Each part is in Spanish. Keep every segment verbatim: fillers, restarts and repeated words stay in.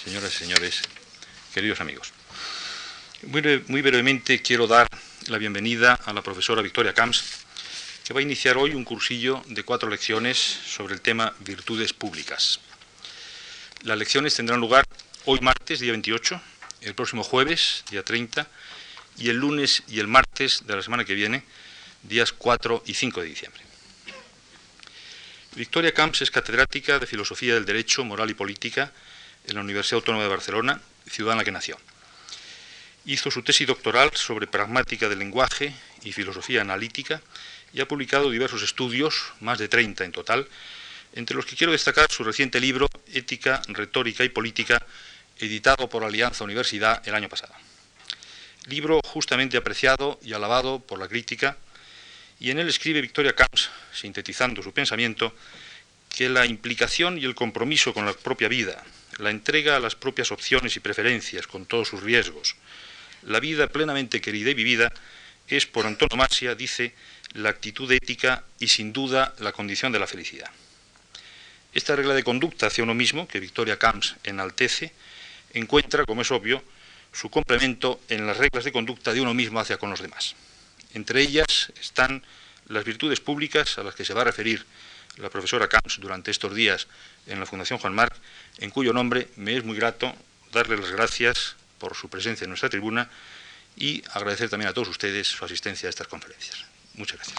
señoras y señores, queridos amigos. Muy, breve, muy brevemente quiero dar la bienvenida a la profesora Victoria Camps, que va a iniciar hoy un cursillo de cuatro lecciones sobre el tema virtudes públicas. Las lecciones tendrán lugar hoy martes, día veintiocho, el próximo jueves, día treinta, y el lunes y el martes de la semana que viene, días cuatro y cinco de diciembre. Victoria Camps es catedrática de Filosofía del Derecho, Moral y Política en la Universidad Autónoma de Barcelona, ciudad en la que nació. Hizo su tesis doctoral sobre pragmática del lenguaje y filosofía analítica y ha publicado diversos estudios, más de treinta en total, entre los que quiero destacar su reciente libro Ética, Retórica y Política, editado por Alianza Universidad el año pasado. Libro justamente apreciado y alabado por la crítica, y en él escribe Victoria Camps, sintetizando su pensamiento, que la implicación y el compromiso con la propia vida, la entrega a las propias opciones y preferencias con todos sus riesgos, la vida plenamente querida y vivida, es por antonomasia, dice, la actitud ética y sin duda la condición de la felicidad. Esta regla de conducta hacia uno mismo, que Victoria Camps enaltece, encuentra, como es obvio, su complemento en las reglas de conducta de uno mismo hacia con los demás. Entre ellas están las virtudes públicas a las que se va a referir la profesora Camps durante estos días en la Fundación Juan March, en cuyo nombre me es muy grato darle las gracias por su presencia en nuestra tribuna y agradecer también a todos ustedes su asistencia a estas conferencias. Muchas gracias.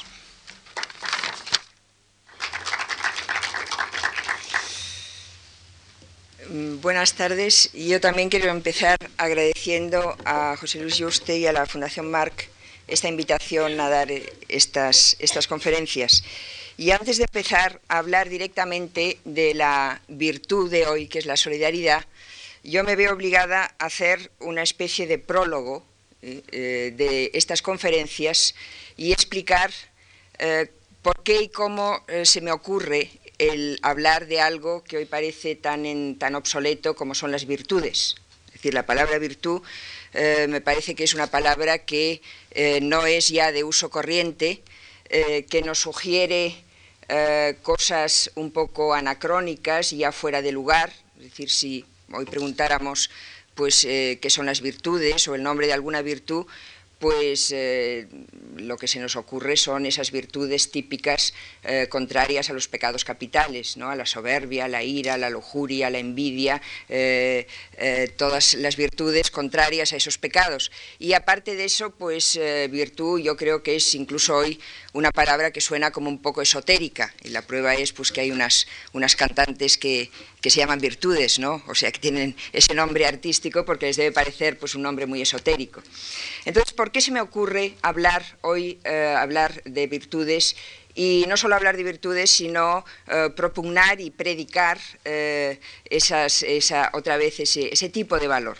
Buenas tardes. Yo también quiero empezar agradeciendo a José Luis Yuste y a la Fundación March esta invitación a dar estas, estas conferencias. Y antes de empezar a hablar directamente de la virtud de hoy, que es la solidaridad, yo me veo obligada a hacer una especie de prólogo eh, de estas conferencias y explicar eh, por qué y cómo eh, se me ocurre el hablar de algo que hoy parece tan, en, tan obsoleto como son las virtudes. Es decir, la palabra virtud eh, me parece que es una palabra que eh, no es ya de uso corriente, eh, que nos sugiere eh, cosas un poco anacrónicas y ya fuera de lugar. Es decir, si hoy preguntáramos pues, eh, qué son las virtudes o el nombre de alguna virtud, pues eh, lo que se nos ocurre son esas virtudes típicas eh, contrarias a los pecados capitales, ¿no? A la soberbia, la ira, la lujuria, la envidia, eh, eh, todas las virtudes contrarias a esos pecados. Y aparte de eso, pues eh, virtud yo creo que es incluso hoy una palabra que suena como un poco esotérica, y la prueba es pues que hay unas, unas cantantes que, que se llaman Virtudes, ¿no? O sea, que tienen ese nombre artístico porque les debe parecer pues un nombre muy esotérico. Entonces, ¿por qué se me ocurre hablar hoy, eh, hablar de virtudes? Y no solo hablar de virtudes, sino eh, propugnar y predicar eh, esas, esa, otra vez ese, ese tipo de valor.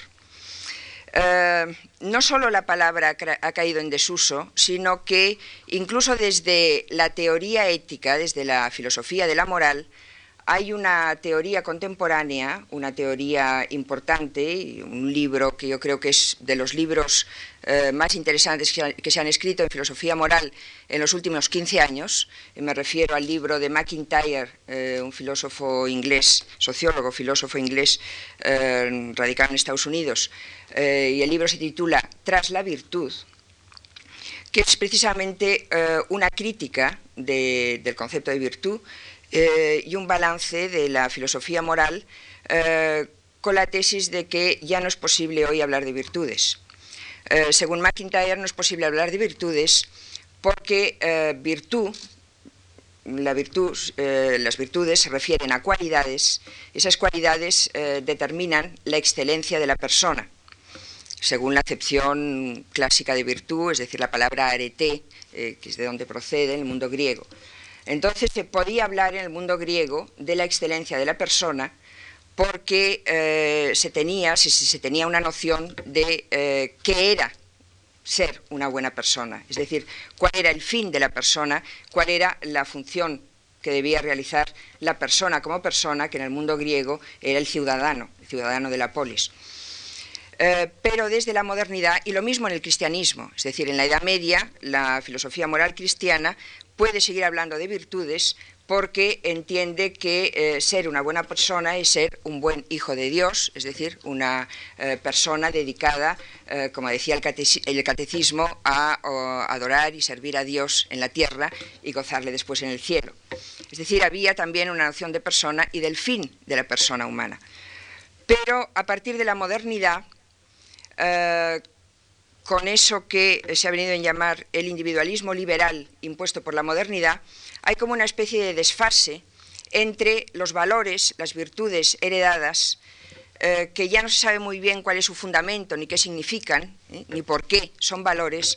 Uh, no solo la palabra ha caído en desuso, sino que incluso desde la teoría ética, desde la filosofía de la moral, hay una teoría contemporánea, una teoría importante, un libro que yo creo que es de los libros eh, más interesantes que, que se han escrito en filosofía moral en los últimos quince años. Me refiero al libro de MacIntyre, eh, un filósofo inglés, sociólogo, filósofo inglés eh, radicado en Estados Unidos, eh, y el libro se titula Tras la virtud, que es precisamente eh, una crítica de, del concepto de virtud, Eh, y un balance de la filosofía moral eh, con la tesis de que ya no es posible hoy hablar de virtudes. Eh, según MacIntyre, no es posible hablar de virtudes porque eh, virtud, la virtud eh, las virtudes se refieren a cualidades, esas cualidades eh, determinan la excelencia de la persona, según la acepción clásica de virtud, es decir, la palabra arete, eh, que es de donde procede, en el mundo griego. Entonces se podía hablar en el mundo griego de la excelencia de la persona porque eh, se, tenía, se, se tenía una noción de eh, qué era ser una buena persona, es decir, cuál era el fin de la persona, cuál era la función que debía realizar la persona como persona, que en el mundo griego era el ciudadano, el ciudadano de la polis. Eh, pero desde la modernidad, y lo mismo en el cristianismo, es decir, en la Edad Media, la filosofía moral cristiana puede seguir hablando de virtudes porque entiende que eh, ser una buena persona es ser un buen hijo de Dios, es decir, una eh, persona dedicada, eh, como decía el, cateci el catecismo, a o, adorar y servir a Dios en la tierra y gozarle después en el cielo. Es decir, había también una noción de persona y del fin de la persona humana. Pero a partir de la modernidad, eh, con eso que se ha venido a llamar el individualismo liberal impuesto por la modernidad, hay como una especie de desfase entre los valores, las virtudes heredadas, eh, que ya no se sabe muy bien cuál es su fundamento, ni qué significan, eh, ni por qué son valores,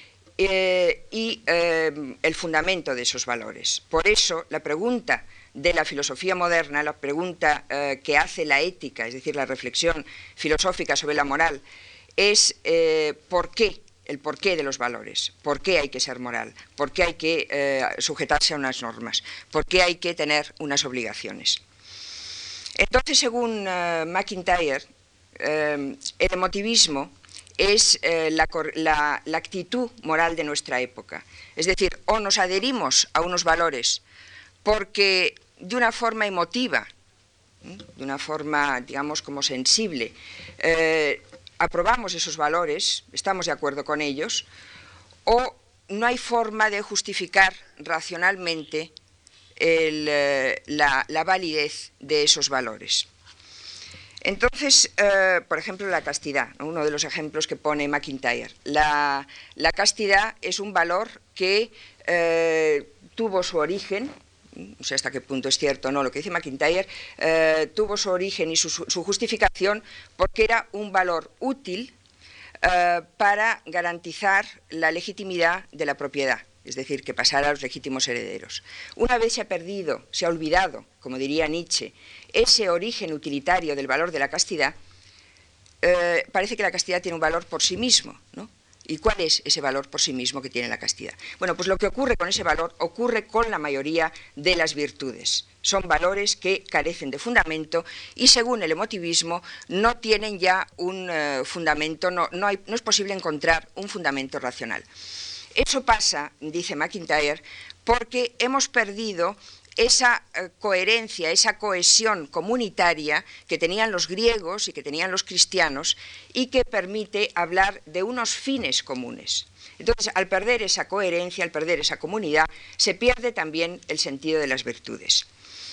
eh, y eh, el fundamento de esos valores. Por eso, la pregunta de la filosofía moderna, la pregunta eh, que hace la ética, es decir, la reflexión filosófica sobre la moral, es eh, ¿por qué? El porqué de los valores, por qué hay que ser moral, por qué hay que eh, sujetarse a unas normas, por qué hay que tener unas obligaciones. Entonces, según eh, MacIntyre, eh, el emotivismo es eh, la, la, la actitud moral de nuestra época. Es decir, o nos adherimos a unos valores porque de una forma emotiva, de una forma, digamos, como sensible, eh, aprobamos esos valores, estamos de acuerdo con ellos, o no hay forma de justificar racionalmente el, eh, la, la validez de esos valores. Entonces, eh, por ejemplo, la castidad, ¿no? Uno de los ejemplos que pone MacIntyre. La, la castidad es un valor que eh, tuvo su origen, no sé hasta qué punto es cierto o no lo que dice MacIntyre, eh, tuvo su origen y su, su justificación porque era un valor útil eh, para garantizar la legitimidad de la propiedad, es decir, que pasara a los legítimos herederos. Una vez se ha perdido, se ha olvidado, como diría Nietzsche, ese origen utilitario del valor de la castidad, eh, parece que la castidad tiene un valor por sí mismo, ¿no? ¿Y cuál es ese valor por sí mismo que tiene la castidad? Bueno, pues lo que ocurre con ese valor ocurre con la mayoría de las virtudes. Son valores que carecen de fundamento y, según el emotivismo, no tienen ya un uh, fundamento, no, no, hay, no es posible encontrar un fundamento racional. Eso pasa, dice MacIntyre, porque hemos perdido esa eh, coherencia, esa cohesión comunitaria que tenían los griegos y que tenían los cristianos y que permite hablar de unos fines comunes. Entonces, al perder esa coherencia, al perder esa comunidad, se pierde también el sentido de las virtudes.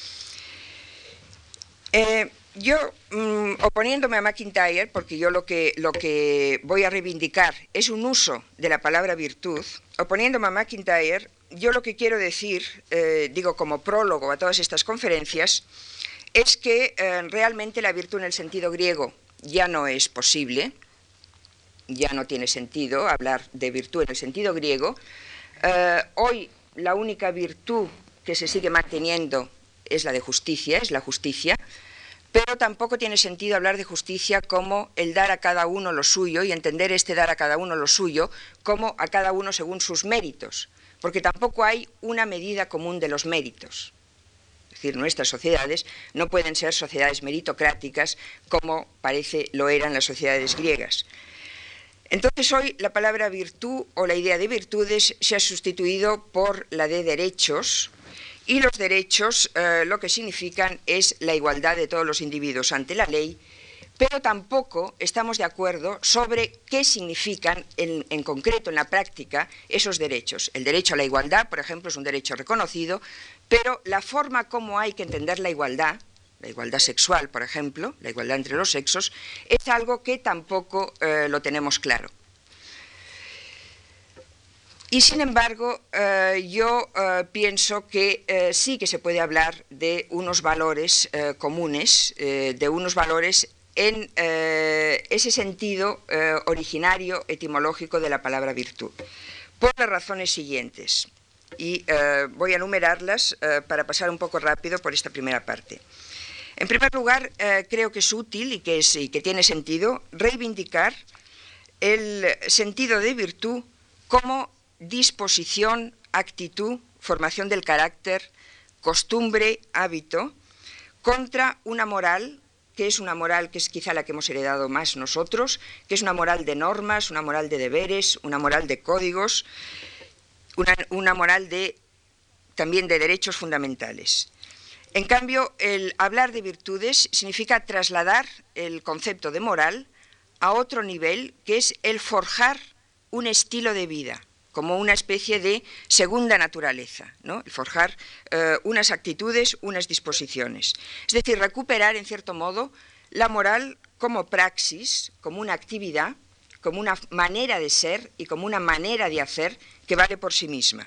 Eh, yo, mmm, oponiéndome a MacIntyre, porque yo lo que, lo que voy a reivindicar es un uso de la palabra virtud, oponiéndome a MacIntyre, yo lo que quiero decir, eh, digo como prólogo a todas estas conferencias, es que eh, realmente la virtud en el sentido griego ya no es posible, ya no tiene sentido hablar de virtud en el sentido griego. Eh, hoy la única virtud que se sigue manteniendo es la de justicia, es la justicia, pero tampoco tiene sentido hablar de justicia como el dar a cada uno lo suyo y entender este dar a cada uno lo suyo como a cada uno según sus méritos, porque tampoco hay una medida común de los méritos. Es decir, nuestras sociedades no pueden ser sociedades meritocráticas como parece lo eran las sociedades griegas. Entonces hoy la palabra virtud o la idea de virtudes se ha sustituido por la de derechos, y los derechos eh, lo que significan es la igualdad de todos los individuos ante la ley, pero tampoco estamos de acuerdo sobre qué significan en, en concreto, en la práctica, esos derechos. El derecho a la igualdad, por ejemplo, es un derecho reconocido, pero la forma como hay que entender la igualdad, la igualdad sexual, por ejemplo, la igualdad entre los sexos, es algo que tampoco eh, lo tenemos claro. Y sin embargo, eh, yo eh, pienso que eh, sí que se puede hablar de unos valores eh, comunes, eh, de unos valores en eh, ese sentido eh, originario, etimológico de la palabra virtud, por las razones siguientes. Y eh, voy a enumerarlas eh, para pasar un poco rápido por esta primera parte. En primer lugar, eh, creo que es útil y que, es, y que tiene sentido reivindicar el sentido de virtud como disposición, actitud, formación del carácter, costumbre, hábito, contra una moral que es una moral que es quizá la que hemos heredado más nosotros, que es una moral de normas, una moral de deberes, una moral de códigos, una, una moral de también de derechos fundamentales. En cambio, el hablar de virtudes significa trasladar el concepto de moral a otro nivel, que es el forjar un estilo de vida, como una especie de segunda naturaleza, ¿no? El forjar eh, unas actitudes, unas disposiciones. Es decir, recuperar, en cierto modo, la moral como praxis, como una actividad, como una manera de ser y como una manera de hacer que vale por sí misma.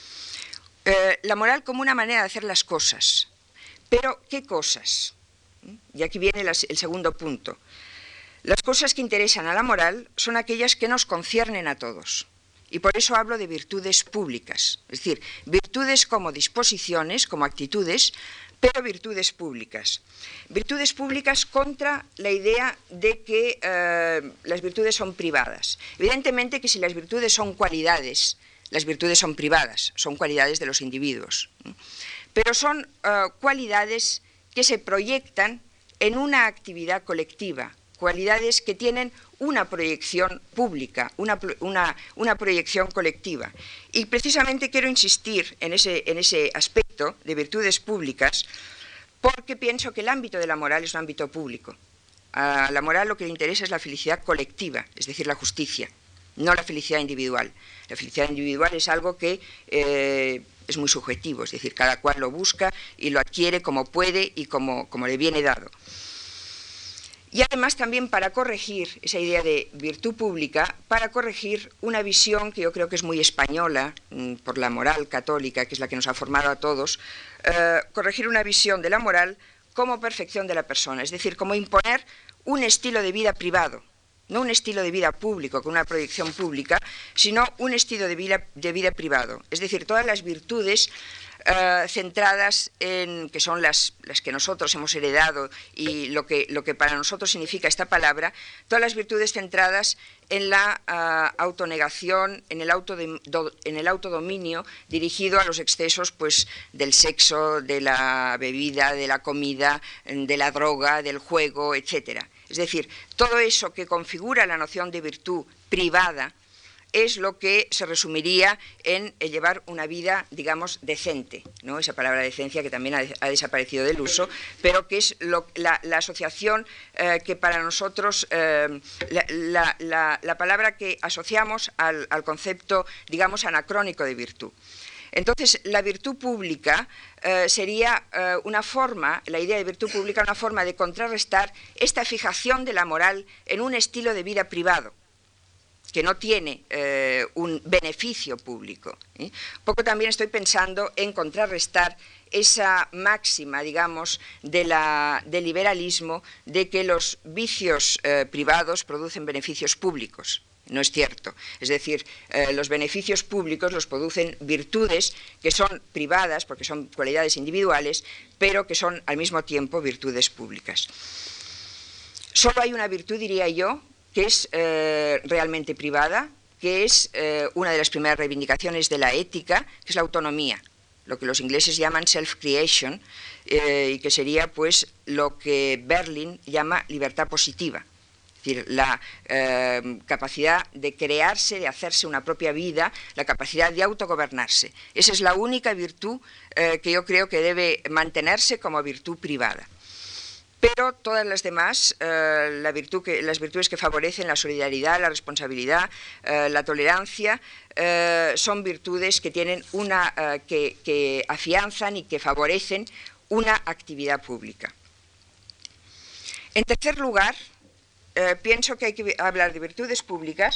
Eh, la moral como una manera de hacer las cosas. Pero, ¿qué cosas? Y aquí viene el segundo punto. Las cosas que interesan a la moral son aquellas que nos conciernen a todos. Y por eso hablo de virtudes públicas. Es decir, virtudes como disposiciones, como actitudes, pero virtudes públicas. Virtudes públicas contra la idea de que eh, las virtudes son privadas. Evidentemente que si las virtudes son cualidades, las virtudes son privadas, son cualidades de los individuos. Pero son uh, cualidades que se proyectan en una actividad colectiva, cualidades que tienen una proyección pública, una, una, una proyección colectiva. Y precisamente quiero insistir en ese, en ese aspecto de virtudes públicas, porque pienso que el ámbito de la moral es un ámbito público. A la moral lo que le interesa es la felicidad colectiva, es decir, la justicia, no la felicidad individual. La felicidad individual es algo que eh, es muy subjetivo, es decir, cada cual lo busca y lo adquiere como puede y como, como le viene dado. Y además también para corregir esa idea de virtud pública, para corregir una visión que yo creo que es muy española, por la moral católica, que es la que nos ha formado a todos, eh, corregir una visión de la moral como perfección de la persona, es decir, como imponer un estilo de vida privado, no un estilo de vida público, con una proyección pública, sino un estilo de vida, de vida privado. Es decir, todas las virtudes uh, centradas en, que son las, las que nosotros hemos heredado y lo que, lo que para nosotros significa esta palabra, todas las virtudes centradas en la uh, autonegación, en el, autode, do, en el autodominio dirigido a los excesos pues, del sexo, de la bebida, de la comida, de la droga, del juego, etcétera. Es decir, todo eso que configura la noción de virtud privada es lo que se resumiría en llevar una vida, digamos, decente, ¿no? Esa palabra decencia que también ha, ha desaparecido del uso, pero que es lo, la, la asociación eh, que para nosotros, eh, la, la, la, la palabra que asociamos al, al concepto, digamos, anacrónico de virtud. Entonces, la virtud pública eh, sería eh, una forma, la idea de virtud pública, una forma de contrarrestar esta fijación de la moral en un estilo de vida privado, que no tiene eh, un beneficio público. ¿eh? Un poco también estoy pensando en contrarrestar esa máxima, digamos, de la, del liberalismo, de que los vicios eh, privados producen beneficios públicos. No es cierto. Es decir, eh, los beneficios públicos los producen virtudes que son privadas, porque son cualidades individuales, pero que son al mismo tiempo virtudes públicas. Solo hay una virtud, diría yo, que es eh, realmente privada, que es eh, una de las primeras reivindicaciones de la ética, que es la autonomía, lo que los ingleses llaman self-creation, eh, y que sería pues lo que Berlin llama libertad positiva. Es decir, la eh, capacidad de crearse, de hacerse una propia vida, la capacidad de autogobernarse. Esa es la única virtud eh, que yo creo que debe mantenerse como virtud privada. Pero todas las demás, eh, la virtud que, las virtudes que favorecen la solidaridad, la responsabilidad, eh, la tolerancia, eh, son virtudes que tienen una, eh, que, que afianzan y que favorecen una actividad pública. En tercer lugar, eh, pienso que hay que hablar de virtudes públicas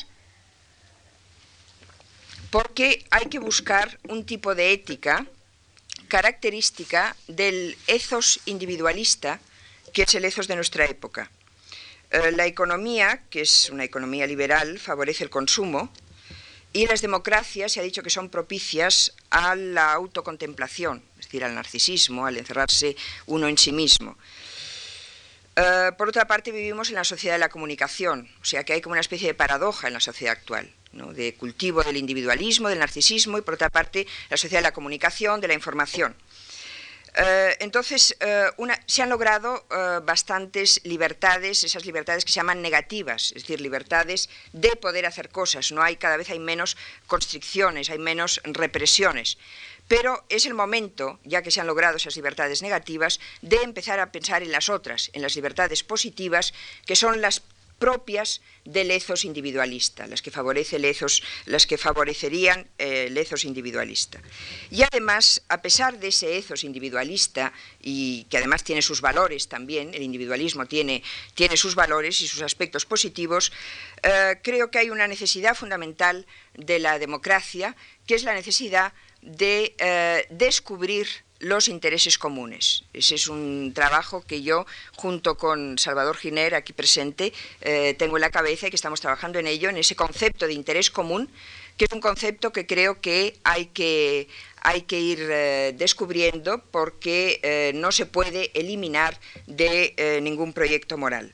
porque hay que buscar un tipo de ética característica del ethos individualista, que es el ethos de nuestra época. Eh, la economía, que es una economía liberal, favorece el consumo, y las democracias se ha dicho que son propicias a la autocontemplación, es decir, al narcisismo, al encerrarse uno en sí mismo. Eh, por otra parte, vivimos en la sociedad de la comunicación, o sea que hay como una especie de paradoja en la sociedad actual, ¿no? De cultivo del individualismo, del narcisismo, y por otra parte, la sociedad de la comunicación, de la información. Uh, entonces, uh, una, se han logrado uh, bastantes libertades, esas libertades que se llaman negativas, es decir, libertades de poder hacer cosas. No hay, cada vez hay menos constricciones, hay menos represiones. pero es el momento, ya que se han logrado esas libertades negativas, de empezar a pensar en las otras, en las libertades positivas, que son las propias del ethos individualista, las que favorece el ethos, las que favorecerían eh, el ethos individualista. Y además, a pesar de ese ethos individualista, y que además tiene sus valores también, el individualismo tiene, tiene sus valores y sus aspectos positivos, eh, creo que hay una necesidad fundamental de la democracia, que es la necesidad de eh, descubrir los intereses comunes. Ese es un trabajo que yo, junto con Salvador Giner, aquí presente, eh, tengo en la cabeza y que estamos trabajando en ello, en ese concepto de interés común, que es un concepto que creo que hay que, hay que ir eh, descubriendo porque eh, no se puede eliminar de eh, ningún proyecto moral.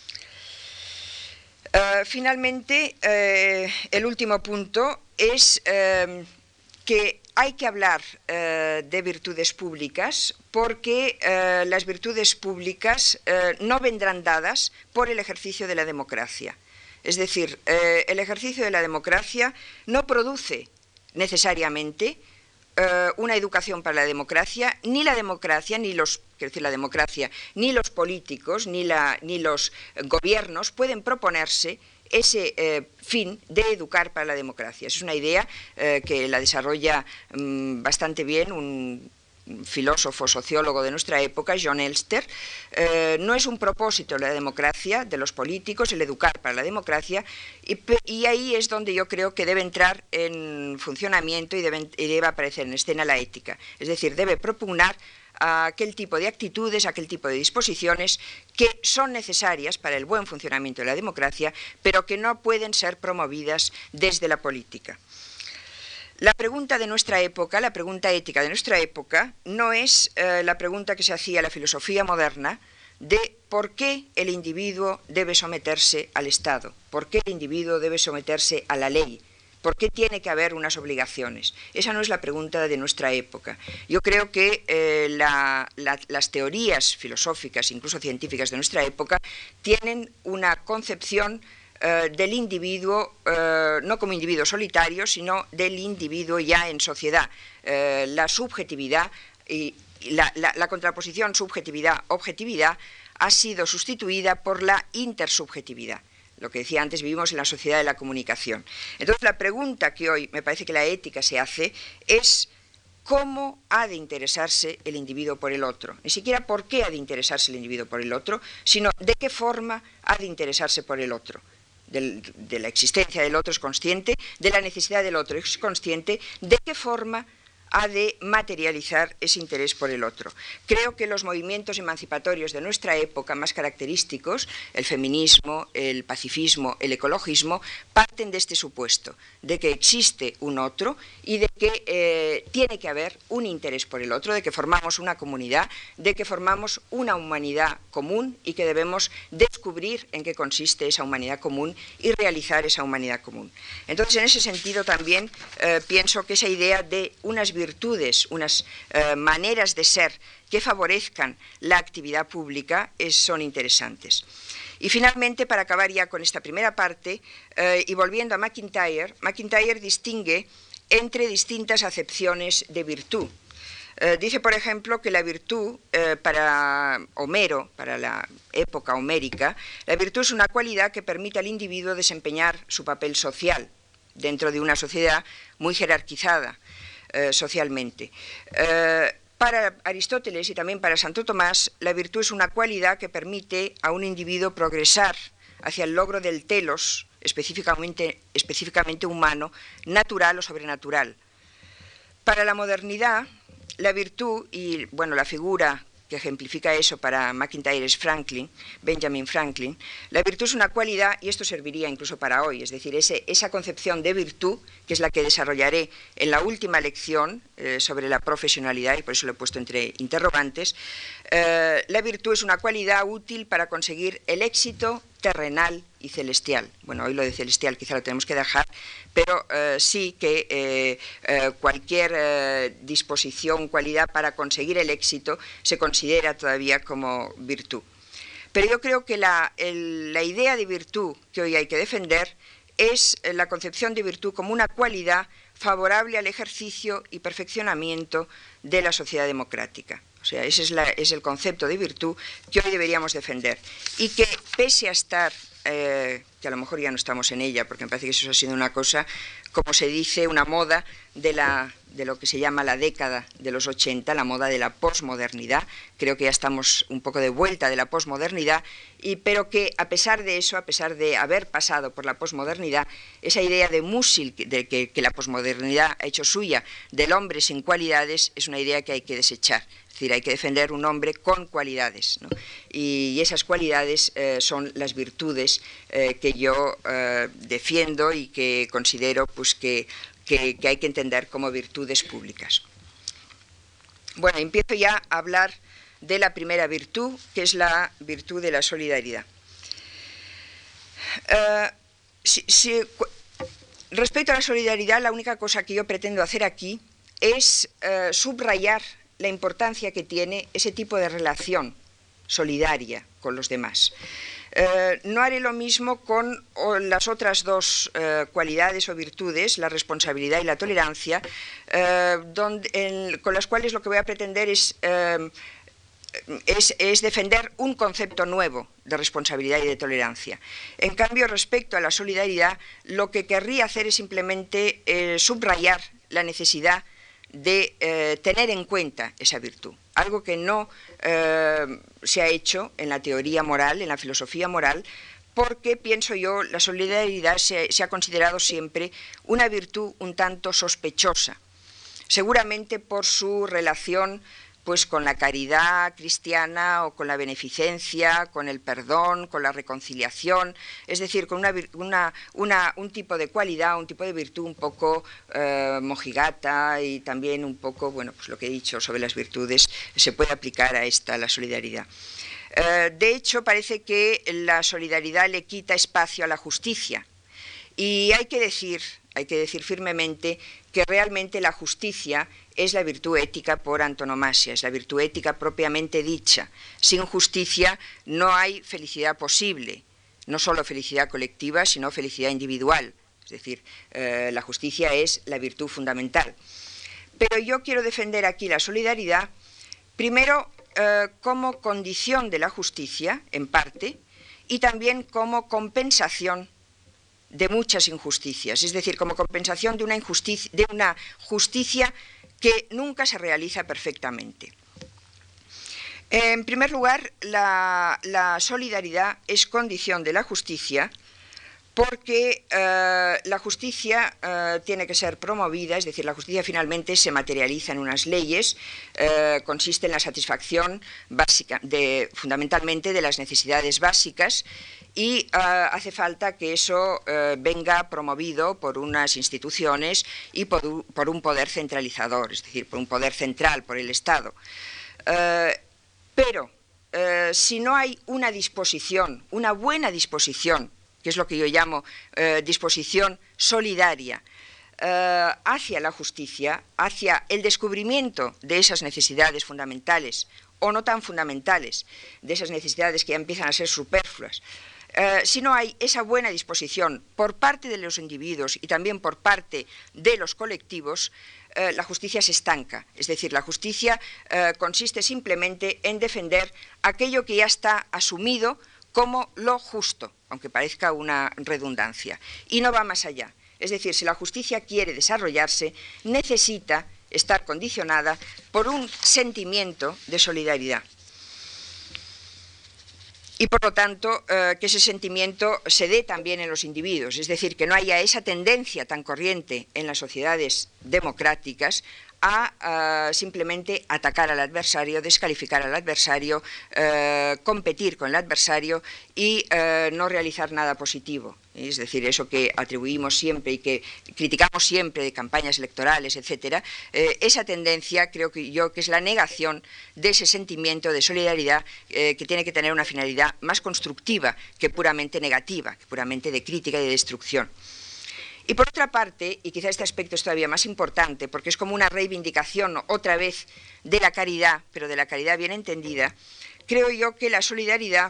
Uh, finalmente, eh, el último punto es eh, que hay que hablar eh, de virtudes públicas porque eh, las virtudes públicas eh, no vendrán dadas por el ejercicio de la democracia. Es decir, eh, el ejercicio de la democracia no produce necesariamente eh, una educación para la democracia, ni la democracia, ni los, quiero decir, la democracia, ni los políticos, ni, la, ni los gobiernos pueden proponerse ese eh, fin de educar para la democracia. Es una idea eh, que la desarrolla mmm, bastante bien un filósofo, sociólogo de nuestra época, John Elster. Eh, no es un propósito la democracia de los políticos, el educar para la democracia, y, y ahí es donde yo creo que debe entrar en funcionamiento y debe, y debe aparecer en escena la ética. Es decir, debe propugnar a aquel tipo de actitudes, a aquel tipo de disposiciones que son necesarias para el buen funcionamiento de la democracia, pero que no pueden ser promovidas desde la política. La pregunta de nuestra época, la pregunta ética de nuestra época, no es eh, la pregunta que se hacía la filosofía moderna de por qué el individuo debe someterse al Estado, por qué el individuo debe someterse a la ley, ¿por qué tiene que haber unas obligaciones? Esa no es la pregunta de nuestra época. Yo creo que eh, la, la, las teorías filosóficas, incluso científicas de nuestra época, tienen una concepción eh, del individuo, eh, no como individuo solitario, sino del individuo ya en sociedad. Eh, la subjetividad y la, la, la contraposición subjetividad-objetividad ha sido sustituida por la intersubjetividad. Lo que decía antes, vivimos en la sociedad de la comunicación. Entonces, la pregunta que hoy me parece que la ética se hace es cómo ha de interesarse el individuo por el otro. Ni siquiera por qué ha de interesarse el individuo por el otro, sino de qué forma ha de interesarse por el otro. Del, de la existencia del otro es consciente, de la necesidad del otro es consciente, de qué forma ha de materializar ese interés por el otro. Creo que los movimientos emancipatorios de nuestra época más característicos, el feminismo, el pacifismo, el ecologismo, parten de este supuesto, de que existe un otro y de que eh, tiene que haber un interés por el otro, de que formamos una comunidad, de que formamos una humanidad común y que debemos descubrir en qué consiste esa humanidad común y realizar esa humanidad común. Entonces, en ese sentido también eh, pienso que esa idea de unas virtudes, unas eh, maneras de ser que favorezcan la actividad pública es, son interesantes. Y finalmente, para acabar ya con esta primera parte, eh, y volviendo a MacIntyre, MacIntyre distingue entre distintas acepciones de virtud. Eh, dice, por ejemplo, que la virtud, eh, para Homero, para la época homérica, la virtud es una cualidad que permite al individuo desempeñar su papel social dentro de una sociedad muy jerarquizada eh, socialmente. Eh, Para Aristóteles y también para Santo Tomás, la virtud es una cualidad que permite a un individuo progresar hacia el logro del telos, específicamente, específicamente humano, natural o sobrenatural. Para la modernidad, la virtud y bueno, la figura que ejemplifica eso para MacIntyre es Franklin, Benjamin Franklin. La virtud es una cualidad, y esto serviría incluso para hoy, es decir, ese, esa concepción de virtud, que es la que desarrollaré en la última lección eh, sobre la profesionalidad, y por eso lo he puesto entre interrogantes. Eh, la virtud es una cualidad útil para conseguir el éxito terrenal y celestial. Bueno, hoy lo de celestial quizá lo tenemos que dejar, pero eh, sí que eh, eh, cualquier eh, disposición, cualidad para conseguir el éxito se considera todavía como virtud. Pero yo creo que la, el, la idea de virtud que hoy hay que defender es la concepción de virtud como una cualidad favorable al ejercicio y perfeccionamiento de la sociedad democrática. O sea, ese es, la, es el concepto de virtud que hoy deberíamos defender. Y que, pese a estar, eh, que a lo mejor ya no estamos en ella, porque me parece que eso ha sido una cosa, como se dice, una moda de, la, de lo que se llama la década de los ochenta, la moda de la posmodernidad. Creo que ya estamos un poco de vuelta de la posmodernidad, y, pero que a pesar de eso, a pesar de haber pasado por la posmodernidad, esa idea de Musil, de que, que la posmodernidad ha hecho suya, del hombre sin cualidades, es una idea que hay que desechar. Es decir, hay que defender un hombre con cualidades, ¿no? Y esas cualidades eh, son las virtudes eh, que yo eh, defiendo y que considero pues, que, que, que hay que entender como virtudes públicas. Bueno, empiezo ya a hablar de la primera virtud, que es la virtud de la solidaridad. Eh, si, si, respecto a la solidaridad, la única cosa que yo pretendo hacer aquí es eh, subrayar la importancia que tiene ese tipo de relación solidaria con los demás. Eh, no haré lo mismo con o, las otras dos eh, cualidades o virtudes, la responsabilidad y la tolerancia, eh, donde, en, con las cuales lo que voy a pretender es, eh, es, es defender un concepto nuevo de responsabilidad y de tolerancia. En cambio, respecto a la solidaridad, lo que querría hacer es simplemente eh, subrayar la necesidad de eh, tener en cuenta esa virtud, algo que no eh, se ha hecho en la teoría moral, en la filosofía moral, porque, pienso yo, la solidaridad se, se ha considerado siempre una virtud un tanto sospechosa, seguramente por su relación pues con la caridad cristiana o con la beneficencia, con el perdón, con la reconciliación, es decir, con una, una, una, un tipo de cualidad, un tipo de virtud un poco eh, mojigata y también un poco, bueno, pues lo que he dicho sobre las virtudes se puede aplicar a esta, la solidaridad. Eh, de hecho, parece que la solidaridad le quita espacio a la justicia y hay que decir, hay que decir firmemente que realmente la justicia es la virtud ética por antonomasia, es la virtud ética propiamente dicha. Sin justicia no hay felicidad posible, no solo felicidad colectiva, sino felicidad individual. Es decir, eh, la justicia es la virtud fundamental. Pero yo quiero defender aquí la solidaridad, primero eh, como condición de la justicia, en parte, y también como compensación de muchas injusticias, es decir, como compensación de una, injusticia, de una justicia que nunca se realiza perfectamente. En primer lugar, la, la solidaridad es condición de la justicia porque eh, la justicia eh, tiene que ser promovida, es decir, la justicia finalmente se materializa en unas leyes, eh, consiste en la satisfacción básica de, fundamentalmente de las necesidades básicas, y uh, hace falta que eso uh, venga promovido por unas instituciones y por, por un poder centralizador, es decir, por un poder central, por el Estado. Uh, pero uh, si no hay una disposición, una buena disposición, que es lo que yo llamo uh, disposición solidaria, uh, hacia la justicia, hacia el descubrimiento de esas necesidades fundamentales o no tan fundamentales, de esas necesidades que ya empiezan a ser superfluas, Uh, si no hay esa buena disposición por parte de los individuos y también por parte de los colectivos, uh, la justicia se estanca. Es decir, la justicia uh, consiste simplemente en defender aquello que ya está asumido como lo justo, aunque parezca una redundancia, y no va más allá. Es decir, si la justicia quiere desarrollarse, necesita estar condicionada por un sentimiento de solidaridad. Y por lo tanto, eh, que ese sentimiento se dé también en los individuos, es decir, que no haya esa tendencia tan corriente en las sociedades democráticas a uh, simplemente atacar al adversario, descalificar al adversario, uh, competir con el adversario y uh, no realizar nada positivo. Es decir, eso que atribuimos siempre y que criticamos siempre de campañas electorales, etcétera, eh, esa tendencia creo que yo que es la negación de ese sentimiento de solidaridad eh, que tiene que tener una finalidad más constructiva que puramente negativa, que puramente de crítica y de destrucción. Y por otra parte, y quizá este aspecto es todavía más importante, porque es como una reivindicación otra vez de la caridad, pero de la caridad bien entendida, creo yo que la solidaridad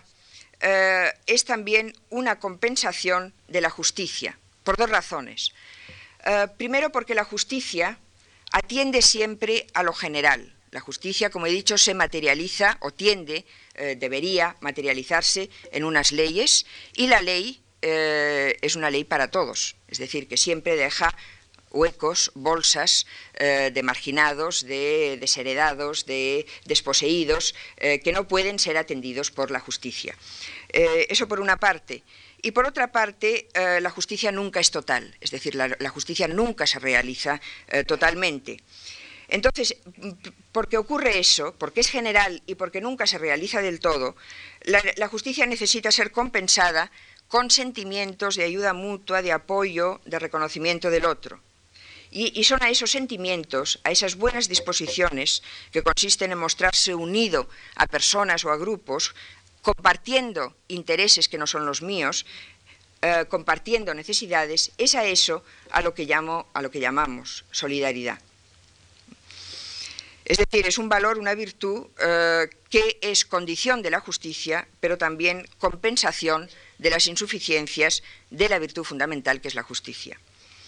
eh, es también una compensación de la justicia, por dos razones. Eh, primero porque la justicia atiende siempre a lo general. La justicia, como he dicho, se materializa o tiende, eh, debería materializarse en unas leyes, y la ley eh, es una ley para todos, es decir, que siempre deja huecos, bolsas eh, de marginados, de desheredados, de desposeídos, eh, que no pueden ser atendidos por la justicia. Eh, eso por una parte. Y por otra parte, eh, la justicia nunca es total, es decir, la, la justicia nunca se realiza eh, totalmente. Entonces, porque ocurre eso, porque es general y porque nunca se realiza del todo, la, la justicia necesita ser compensada con sentimientos de ayuda mutua, de apoyo, de reconocimiento del otro. Y, y son a esos sentimientos, a esas buenas disposiciones, que consisten en mostrarse unido a personas o a grupos, compartiendo intereses que no son los míos, eh, compartiendo necesidades, es a eso a lo que llamo, a lo que llamamos solidaridad. Es decir, es un valor, una virtud eh, que es condición de la justicia, pero también compensación de las insuficiencias de la virtud fundamental que es la justicia.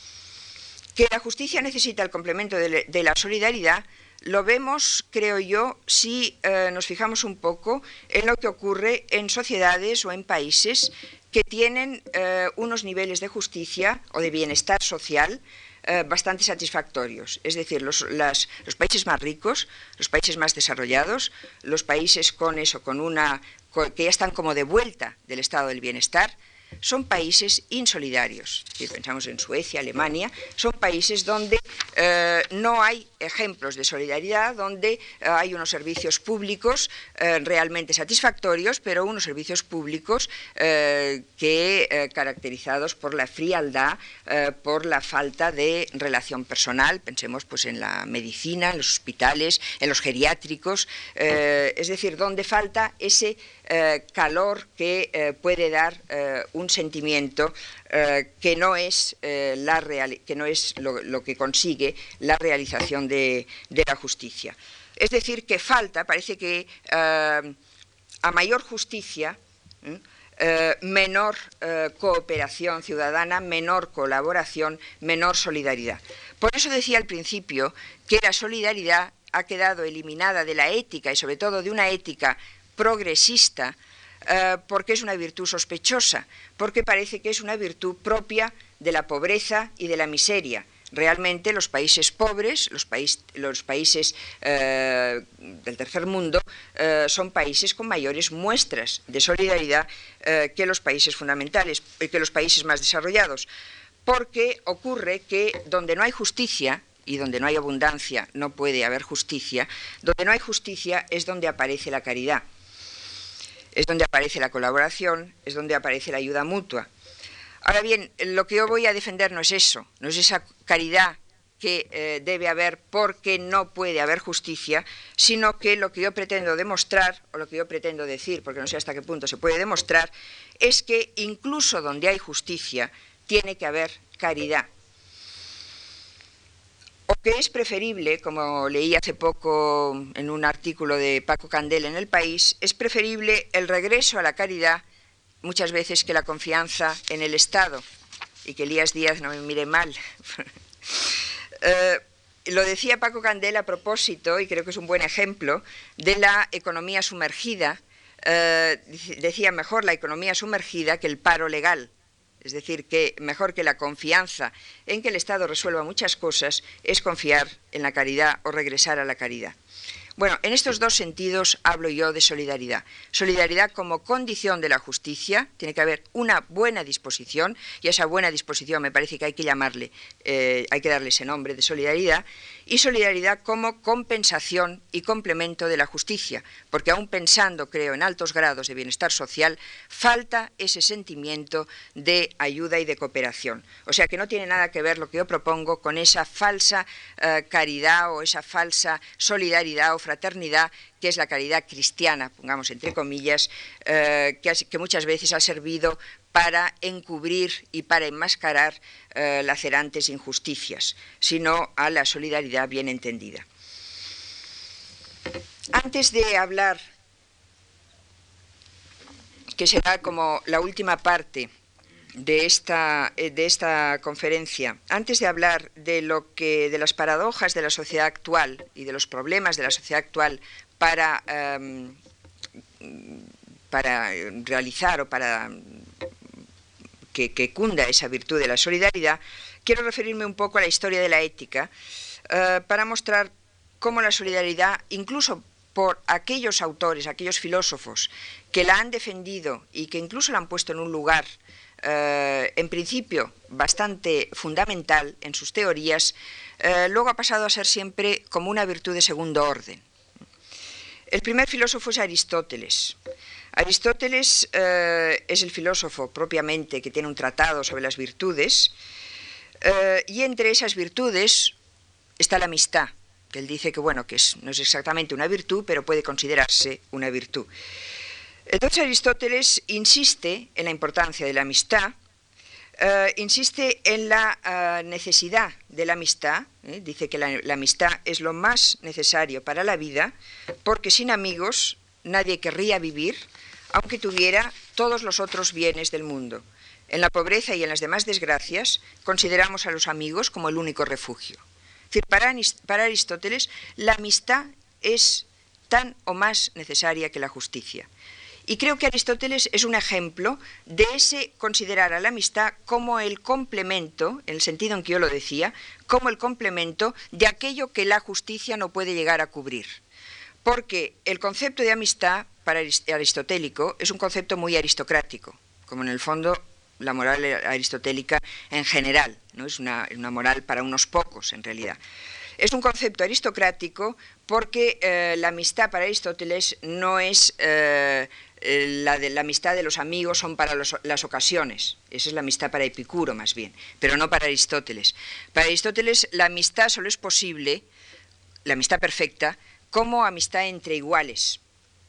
Que la justicia necesita el complemento de, de la solidaridad lo vemos, creo yo, si eh, nos fijamos un poco en lo que ocurre en sociedades o en países que tienen eh, unos niveles de justicia o de bienestar social eh, bastante satisfactorios. Es decir, los, las, los países más ricos, los países más desarrollados, los países con eso, con una, con, que ya están como de vuelta del estado del bienestar, son países insolidarios. Si pensamos en Suecia, Alemania, son países donde eh, no hay ejemplos de solidaridad, donde eh, hay unos servicios públicos eh, realmente satisfactorios, pero unos servicios públicos eh, que eh, caracterizados por la frialdad, eh, por la falta de relación personal. Pensemos pues en la medicina, en los hospitales, en los geriátricos, eh, es decir, donde falta ese eh, calor que eh, puede dar eh, un sentimiento eh, que no es, eh, la real, que no es lo, lo que consigue la realización de, de la justicia. Es decir, que falta, parece que eh, a mayor justicia, ¿eh? Eh, menor eh, cooperación ciudadana, menor colaboración, menor solidaridad. Por eso decía al principio que la solidaridad ha quedado eliminada de la ética y sobre todo de una ética progresista, eh, porque es una virtud sospechosa, porque parece que es una virtud propia de la pobreza y de la miseria. Realmente los países pobres, los, país, los países eh, del tercer mundo, eh, son países con mayores muestras de solidaridad eh, que los países fundamentales, eh, que los países más desarrollados, porque ocurre que donde no hay justicia, y donde no hay abundancia no puede haber justicia, donde no hay justicia es donde aparece la caridad, es donde aparece la colaboración, es donde aparece la ayuda mutua. Ahora bien, lo que yo voy a defender no es eso, no es esa caridad que eh, debe haber porque no puede haber justicia, sino que lo que yo pretendo demostrar, o lo que yo pretendo decir, porque no sé hasta qué punto se puede demostrar, es que incluso donde hay justicia tiene que haber caridad. O que es preferible, como leí hace poco en un artículo de Paco Candela en El País, es preferible el regreso a la caridad muchas veces que la confianza en el Estado, y que Elías Díaz no me mire mal. eh, lo decía Paco Candela a propósito, y creo que es un buen ejemplo, de la economía sumergida. Eh, decía mejor la economía sumergida que el paro legal. Es decir, que mejor que la confianza en que el Estado resuelva muchas cosas es confiar en la caridad o regresar a la caridad. Bueno, en estos dos sentidos hablo yo de solidaridad. Solidaridad como condición de la justicia, tiene que haber una buena disposición, y a esa buena disposición me parece que hay que llamarle, eh, hay que darle ese nombre de solidaridad, y solidaridad como compensación y complemento de la justicia, porque aún pensando, creo, en altos grados de bienestar social, falta ese sentimiento de ayuda y de cooperación. O sea que no tiene nada que ver lo que yo propongo con esa falsa eh, caridad o esa falsa solidaridad o fraternidad que es la caridad cristiana, pongamos entre comillas, eh, que, que muchas veces ha servido para encubrir y para enmascarar eh, lacerantes injusticias, sino a la solidaridad bien entendida. Antes de hablar, que será como la última parte de esta, de esta conferencia, antes de hablar de, lo que, de las paradojas de la sociedad actual y de los problemas de la sociedad actual para, um, para realizar o para que, que cunda esa virtud de la solidaridad, quiero referirme un poco a la historia de la ética uh, para mostrar cómo la solidaridad, incluso por aquellos autores, aquellos filósofos que la han defendido y que incluso la han puesto en un lugar Uh, en principio bastante fundamental en sus teorías, uh, luego ha pasado a ser siempre como una virtud de segundo orden. El primer filósofo es Aristóteles. Aristóteles uh, es el filósofo propiamente que tiene un tratado sobre las virtudes, uh, y entre esas virtudes está la amistad, que él dice que, bueno, que es, no es exactamente una virtud, pero puede considerarse una virtud. Entonces Aristóteles insiste en la importancia de la amistad, uh, insiste en la uh, necesidad de la amistad, ¿eh? Dice que la, la amistad es lo más necesario para la vida, porque sin amigos nadie querría vivir, aunque tuviera todos los otros bienes del mundo. En la pobreza y en las demás desgracias consideramos a los amigos como el único refugio. Es decir, para, para Aristóteles la amistad es tan o más necesaria que la justicia. Y creo que Aristóteles es un ejemplo de ese considerar a la amistad como el complemento, en el sentido en que yo lo decía, como el complemento de aquello que la justicia no puede llegar a cubrir. Porque el concepto de amistad para aristotélico es un concepto muy aristocrático, como en el fondo la moral aristotélica en general, ¿no? Es una, una moral para unos pocos en realidad. Es un concepto aristocrático porque eh, la amistad para Aristóteles no es eh, la de la amistad de los amigos, son para los, las ocasiones. Esa es la amistad para Epicuro más bien, pero no para Aristóteles. Para Aristóteles la amistad solo es posible, la amistad perfecta, como amistad entre iguales.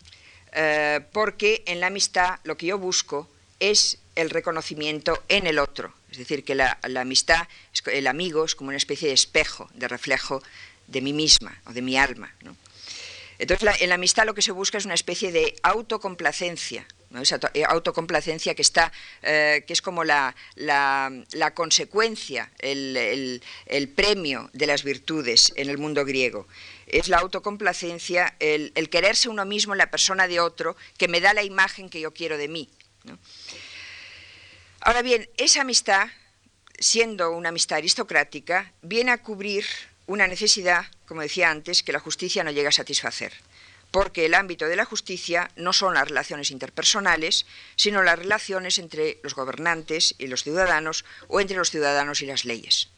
Eh, porque en la amistad lo que yo busco es el reconocimiento en el otro. Es decir, que la, la amistad, el amigo es como una especie de espejo, de reflejo de mí misma o de mi alma, ¿no? Entonces, la, en la amistad lo que se busca es una especie de autocomplacencia, ¿no? Esa autocomplacencia que está, eh, que es como la, la, la consecuencia, el, el, el premio de las virtudes en el mundo griego. Es la autocomplacencia, el, el quererse uno mismo en la persona de otro, que me da la imagen que yo quiero de mí, ¿no? Ahora bien, esa amistad, siendo una amistad aristocrática, viene a cubrir una necesidad, como decía antes, que la justicia no llega a satisfacer, porque el ámbito de la justicia no son las relaciones interpersonales, sino las relaciones entre los gobernantes y los ciudadanos, o entre los ciudadanos y las leyes.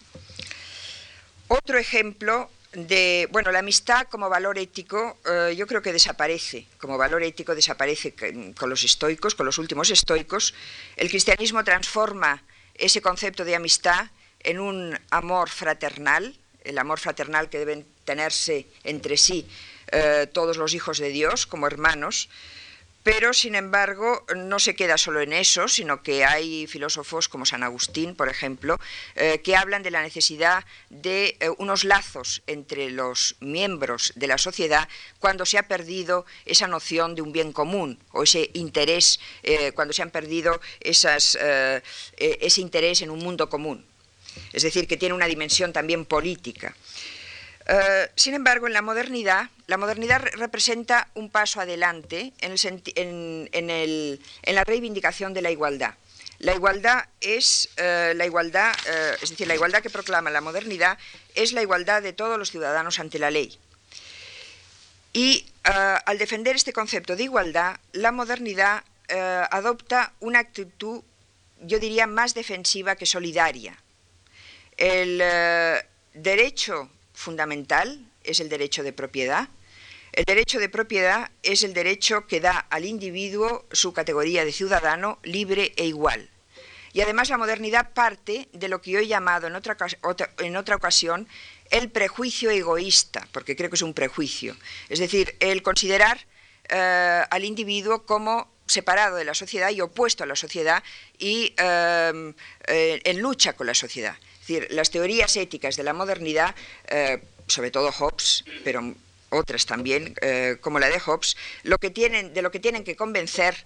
Otro ejemplo de, bueno, la amistad como valor ético, eh, yo creo que desaparece, como valor ético desaparece con los estoicos, con los últimos estoicos. El cristianismo transforma ese concepto de amistad en un amor fraternal, el amor fraternal que deben tenerse entre sí eh, todos los hijos de Dios como hermanos, pero sin embargo no se queda solo en eso, sino que hay filósofos como San Agustín, por ejemplo, eh, que hablan de la necesidad de eh, unos lazos entre los miembros de la sociedad cuando se ha perdido esa noción de un bien común o ese interés, eh, cuando se han perdido esas, eh, ese interés en un mundo común. Es decir, que tiene una dimensión también política. Uh, sin embargo, en la modernidad, la modernidad re representa un paso adelante en, el en, en, el, en la reivindicación de la igualdad. La igualdad es uh, la igualdad, uh, es decir, la igualdad que proclama la modernidad es la igualdad de todos los ciudadanos ante la ley. Y uh, al defender este concepto de igualdad, la modernidad uh, adopta una actitud, yo diría, más defensiva que solidaria. El uh, derecho fundamental es el derecho de propiedad. El derecho de propiedad es el derecho que da al individuo su categoría de ciudadano libre e igual. Y además la modernidad parte de lo que yo he llamado en otra, otra, en otra ocasión el prejuicio egoísta, porque creo que es un prejuicio. Es decir, el considerar eh, al individuo como separado de la sociedad y opuesto a la sociedad y eh, eh, en lucha con la sociedad. Es decir, las teorías éticas de la modernidad, eh, sobre todo Hobbes, pero otras también, eh, como la de Hobbes, lo que tienen, de lo que tienen que convencer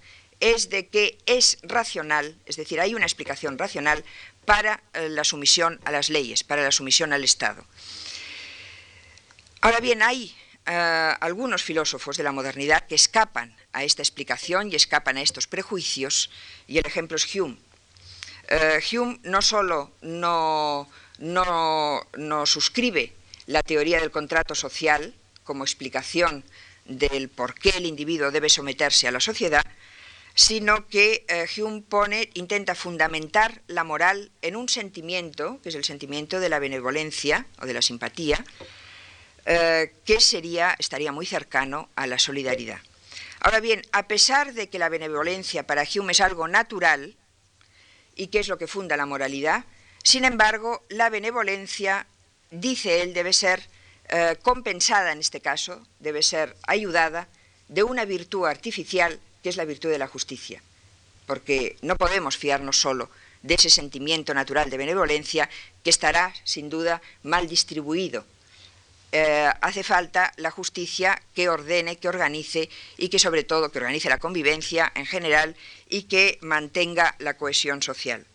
es de que es racional, es decir, hay una explicación racional para eh, la sumisión a las leyes, para la sumisión al Estado. Ahora bien, hay eh, algunos filósofos de la modernidad que escapan a esta explicación y escapan a estos prejuicios, y el ejemplo es Hume. Eh, Hume no solo no, no, no suscribe la teoría del contrato social como explicación del por qué el individuo debe someterse a la sociedad, sino que eh, Hume pone, intenta fundamentar la moral en un sentimiento, que es el sentimiento de la benevolencia o de la simpatía, eh, que sería, estaría muy cercano a la solidaridad. Ahora bien, a pesar de que la benevolencia para Hume es algo natural, y que es lo que funda la moralidad, sin embargo, la benevolencia, dice él, debe ser eh, compensada en este caso, debe ser ayudada de una virtud artificial, que es la virtud de la justicia, porque no podemos fiarnos solo de ese sentimiento natural de benevolencia que estará, sin duda, mal distribuido. Eh, hace falta la justicia que ordene, que organice y que, sobre todo, que organice la convivencia en general y que mantenga la cohesión social.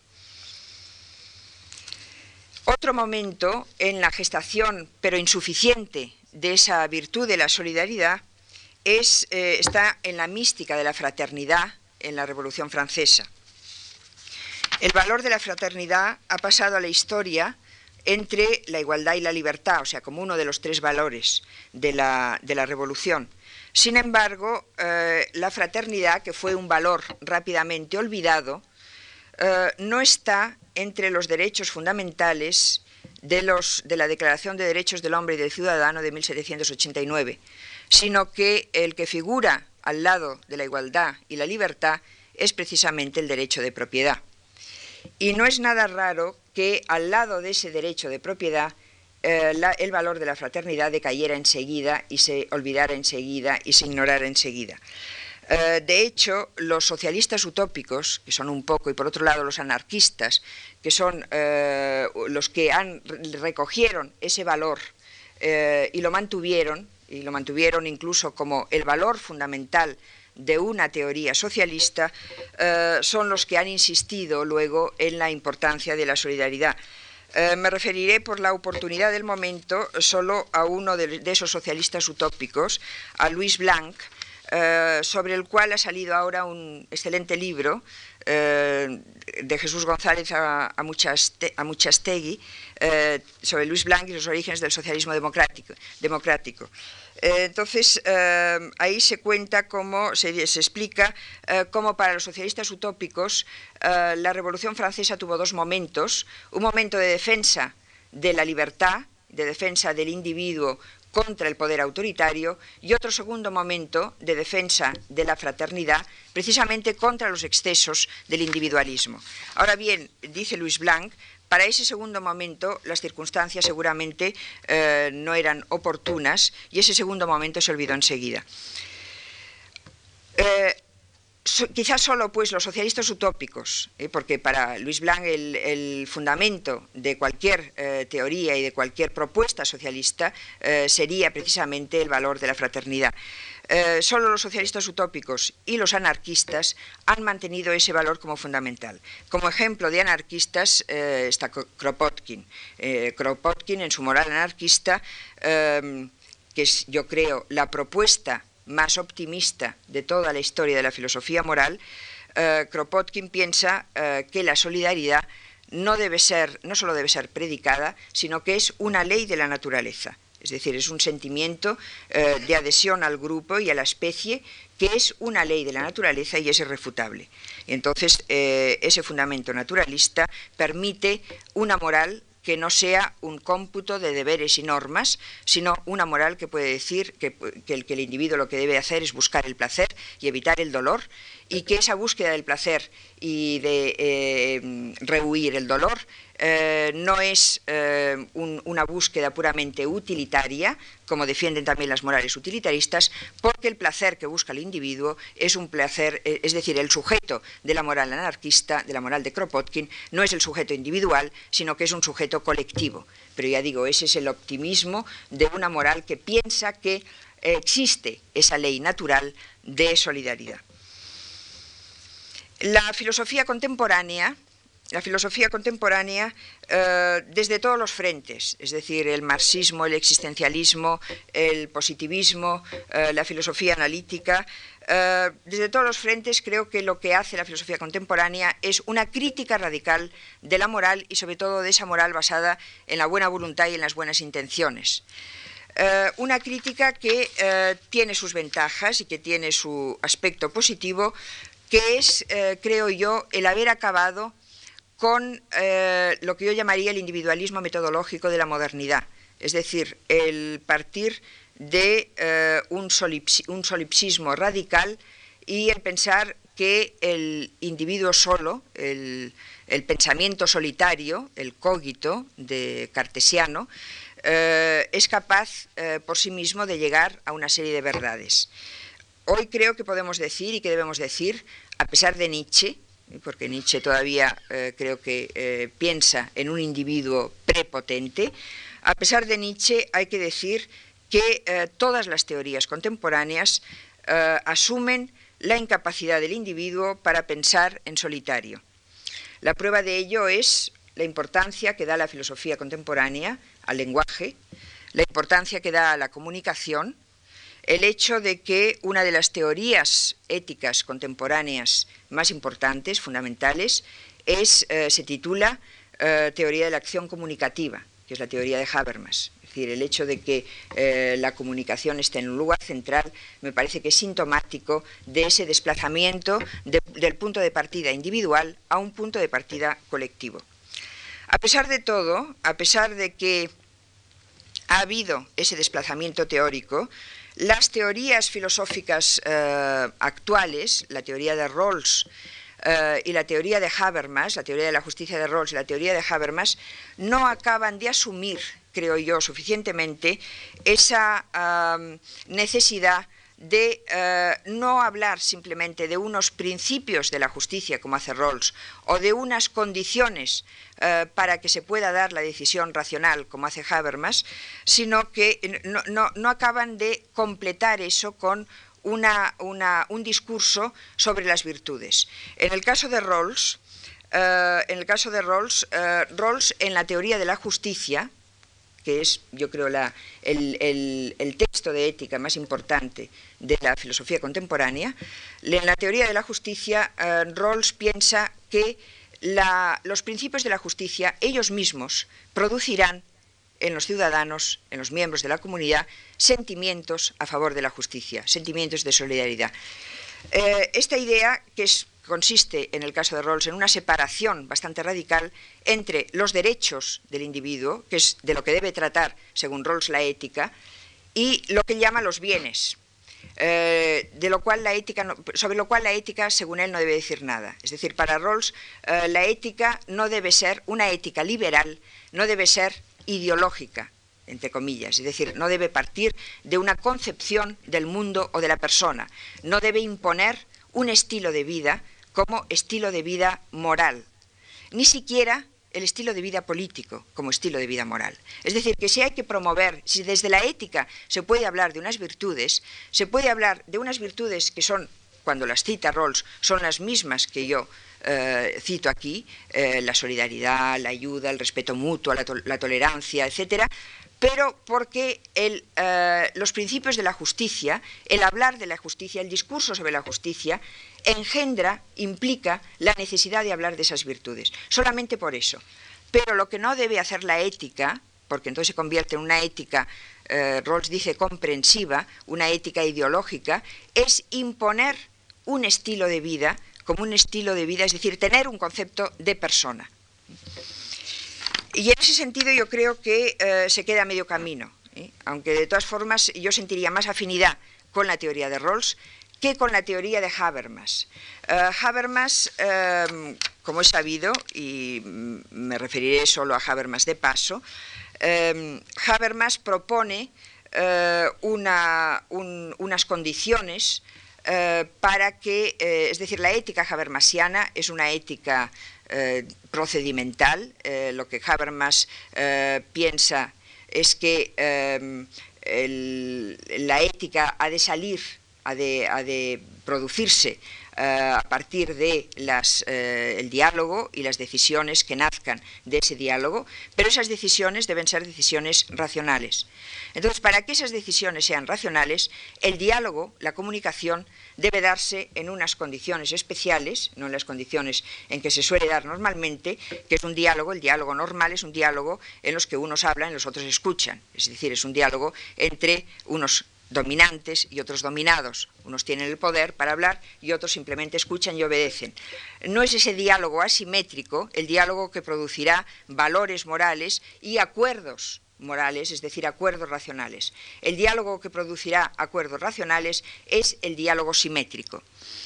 Otro momento en la gestación, pero insuficiente, de esa virtud de la solidaridad Es, eh, está en la mística de la fraternidad en la Revolución Francesa. El valor de la fraternidad ha pasado a la historia entre la igualdad y la libertad, o sea, como uno de los tres valores de la, de la Revolución. Sin embargo, eh, la fraternidad, que fue un valor rápidamente olvidado, eh, no está entre los derechos fundamentales de, los, de la Declaración de Derechos del Hombre y del Ciudadano de mil setecientos ochenta y nueve, sino que el que figura al lado de la igualdad y la libertad es precisamente el derecho de propiedad. Y no es nada raro que al lado de ese derecho de propiedad eh, la, el valor de la fraternidad decayera enseguida y se olvidara enseguida y se ignorara enseguida. Eh, de hecho, los socialistas utópicos, que son un poco, y por otro lado los anarquistas, que son eh, los que han, recogieron ese valor eh, y lo mantuvieron, y lo mantuvieron incluso como el valor fundamental de una teoría socialista, eh, son los que han insistido luego en la importancia de la solidaridad. Eh, me referiré, por la oportunidad del momento, solo a uno de, de esos socialistas utópicos, a Louis Blanc, eh, sobre el cual ha salido ahora un excelente libro eh, de Jesús González a, a, Muchaste, a Muchastegui, eh, sobre Louis Blanc y los orígenes del socialismo democrático. democrático. Eh, entonces, eh, ahí se cuenta cómo, se, se explica eh, cómo para los socialistas utópicos eh, la Revolución Francesa tuvo dos momentos: un momento de defensa de la libertad, de defensa del individuo contra el poder autoritario, y otro segundo momento de defensa de la fraternidad, precisamente contra los excesos del individualismo. Ahora bien, dice Louis Blanc, para ese segundo momento las circunstancias seguramente eh, no eran oportunas y ese segundo momento se olvidó enseguida. Eh, so, quizás solo pues los socialistas utópicos, eh, porque para Louis Blanc el, el fundamento de cualquier eh, teoría y de cualquier propuesta socialista eh, sería precisamente el valor de la fraternidad. Eh, solo los socialistas utópicos y los anarquistas han mantenido ese valor como fundamental. Como ejemplo de anarquistas eh, está Kropotkin. Eh, Kropotkin, en su moral anarquista, eh, que es, yo creo, la propuesta más optimista de toda la historia de la filosofía moral, eh, Kropotkin piensa eh, que la solidaridad no debe ser, no solo debe ser predicada, sino que es una ley de la naturaleza. Es decir, es un sentimiento eh, de adhesión al grupo y a la especie que es una ley de la naturaleza y es irrefutable. Entonces, eh, ese fundamento naturalista permite una moral que no sea un cómputo de deberes y normas, sino una moral que puede decir que, que, el, que el individuo lo que debe hacer es buscar el placer y evitar el dolor, y que esa búsqueda del placer y de eh, rehuir el dolor eh, no es eh, un, una búsqueda puramente utilitaria, como defienden también las morales utilitaristas, porque el placer que busca el individuo es un placer, es decir, el sujeto de la moral anarquista, de la moral de Kropotkin, no es el sujeto individual, sino que es un sujeto colectivo. Pero ya digo, ese es el optimismo de una moral que piensa que existe esa ley natural de solidaridad. La filosofía contemporánea, la filosofía contemporánea eh, desde todos los frentes, es decir, el marxismo, el existencialismo, el positivismo, eh, la filosofía analítica, eh, desde todos los frentes creo que lo que hace la filosofía contemporánea es una crítica radical de la moral y sobre todo de esa moral basada en la buena voluntad y en las buenas intenciones. Eh, una crítica que eh, tiene sus ventajas y que tiene su aspecto positivo, que es, eh, creo yo, el haber acabado con eh, lo que yo llamaría el individualismo metodológico de la modernidad, es decir, el partir de eh, un, solipsi, un solipsismo radical y el pensar que el individuo solo, el, el pensamiento solitario, el cogito de cartesiano, eh, es capaz eh, por sí mismo de llegar a una serie de verdades. Hoy creo que podemos decir y que debemos decir, a pesar de Nietzsche, porque Nietzsche todavía eh, creo que eh, piensa en un individuo prepotente, a pesar de Nietzsche hay que decir que eh, todas las teorías contemporáneas eh, asumen la incapacidad del individuo para pensar en solitario. La prueba de ello es la importancia que da la filosofía contemporánea al lenguaje, la importancia que da a la comunicación, el hecho de que una de las teorías éticas contemporáneas más importantes, fundamentales, es, eh, se titula eh, Teoría de la Acción Comunicativa, que es la teoría de Habermas. Es decir, el hecho de que eh, la comunicación esté en un lugar central me parece que es sintomático de ese desplazamiento de, del punto de partida individual a un punto de partida colectivo. A pesar de todo, a pesar de que ha habido ese desplazamiento teórico, las teorías filosóficas eh, actuales, la teoría de Rawls eh, y la teoría de Habermas, la teoría de la justicia de Rawls y la teoría de Habermas, no acaban de asumir, creo yo, suficientemente esa eh, necesidad de eh, no hablar simplemente de unos principios de la justicia, como hace Rawls, o de unas condiciones eh, para que se pueda dar la decisión racional, como hace Habermas, sino que no, no, no acaban de completar eso con una, una, un discurso sobre las virtudes. En el caso de Rawls, eh, en el caso de Rawls, eh, Rawls en la teoría de la justicia, que es, yo creo, la, el, el, el texto de ética más importante de la filosofía contemporánea, en la teoría de la justicia, eh, Rawls piensa que la, los principios de la justicia, ellos mismos, producirán en los ciudadanos, en los miembros de la comunidad, sentimientos a favor de la justicia, sentimientos de solidaridad. Eh, esta idea, que es consiste, en el caso de Rawls, en una separación bastante radical entre los derechos del individuo, que es de lo que debe tratar, según Rawls, la ética, y lo que llama los bienes, eh, de lo cual la ética no, sobre lo cual la ética, según él, no debe decir nada. Es decir, para Rawls, eh, la ética no debe ser una ética liberal, no debe ser ideológica, entre comillas, es decir, no debe partir de una concepción del mundo o de la persona, no debe imponer un estilo de vida como estilo de vida moral, ni siquiera el estilo de vida político como estilo de vida moral. Es decir, que si hay que promover, si desde la ética se puede hablar de unas virtudes, se puede hablar de unas virtudes que son, cuando las cita Rawls, son las mismas que yo eh, cito aquí, eh, la solidaridad, la ayuda, el respeto mutuo, la, to la tolerancia, etcétera, pero porque el, eh, los principios de la justicia, el hablar de la justicia, el discurso sobre la justicia, engendra, implica la necesidad de hablar de esas virtudes, solamente por eso. Pero lo que no debe hacer la ética, porque entonces se convierte en una ética, eh, Rawls dice comprensiva, una ética ideológica, es imponer un estilo de vida como un estilo de vida, es decir, tener un concepto de persona. Y en ese sentido yo creo que eh, se queda a medio camino, ¿eh? Aunque de todas formas yo sentiría más afinidad con la teoría de Rawls que con la teoría de Habermas. Uh, Habermas, uh, como he sabido, y me referiré solo a Habermas de paso, uh, Habermas propone uh, una, un, unas condiciones uh, para que, uh, es decir, la ética habermasiana es una ética uh, procedimental. Uh, lo que Habermas uh, piensa es que uh, el, la ética ha de salir ha de, ha de producirse a partir de las, eh, el diálogo y las decisiones que nazcan de ese diálogo, pero esas decisiones deben ser decisiones racionales. Entonces, para que esas decisiones sean racionales, el diálogo, la comunicación, debe darse en unas condiciones especiales, no en las condiciones en que se suele dar normalmente, que es un diálogo, el diálogo normal es un diálogo en los que unos hablan y los otros escuchan, es decir, es un diálogo entre unos dominantes y otros dominados. Unos tienen el poder para hablar y otros simplemente escuchan y obedecen. No es ese diálogo asimétrico el diálogo que producirá valores morales y acuerdos morales, es decir, acuerdos racionales. El diálogo que producirá acuerdos racionales es el diálogo simétrico.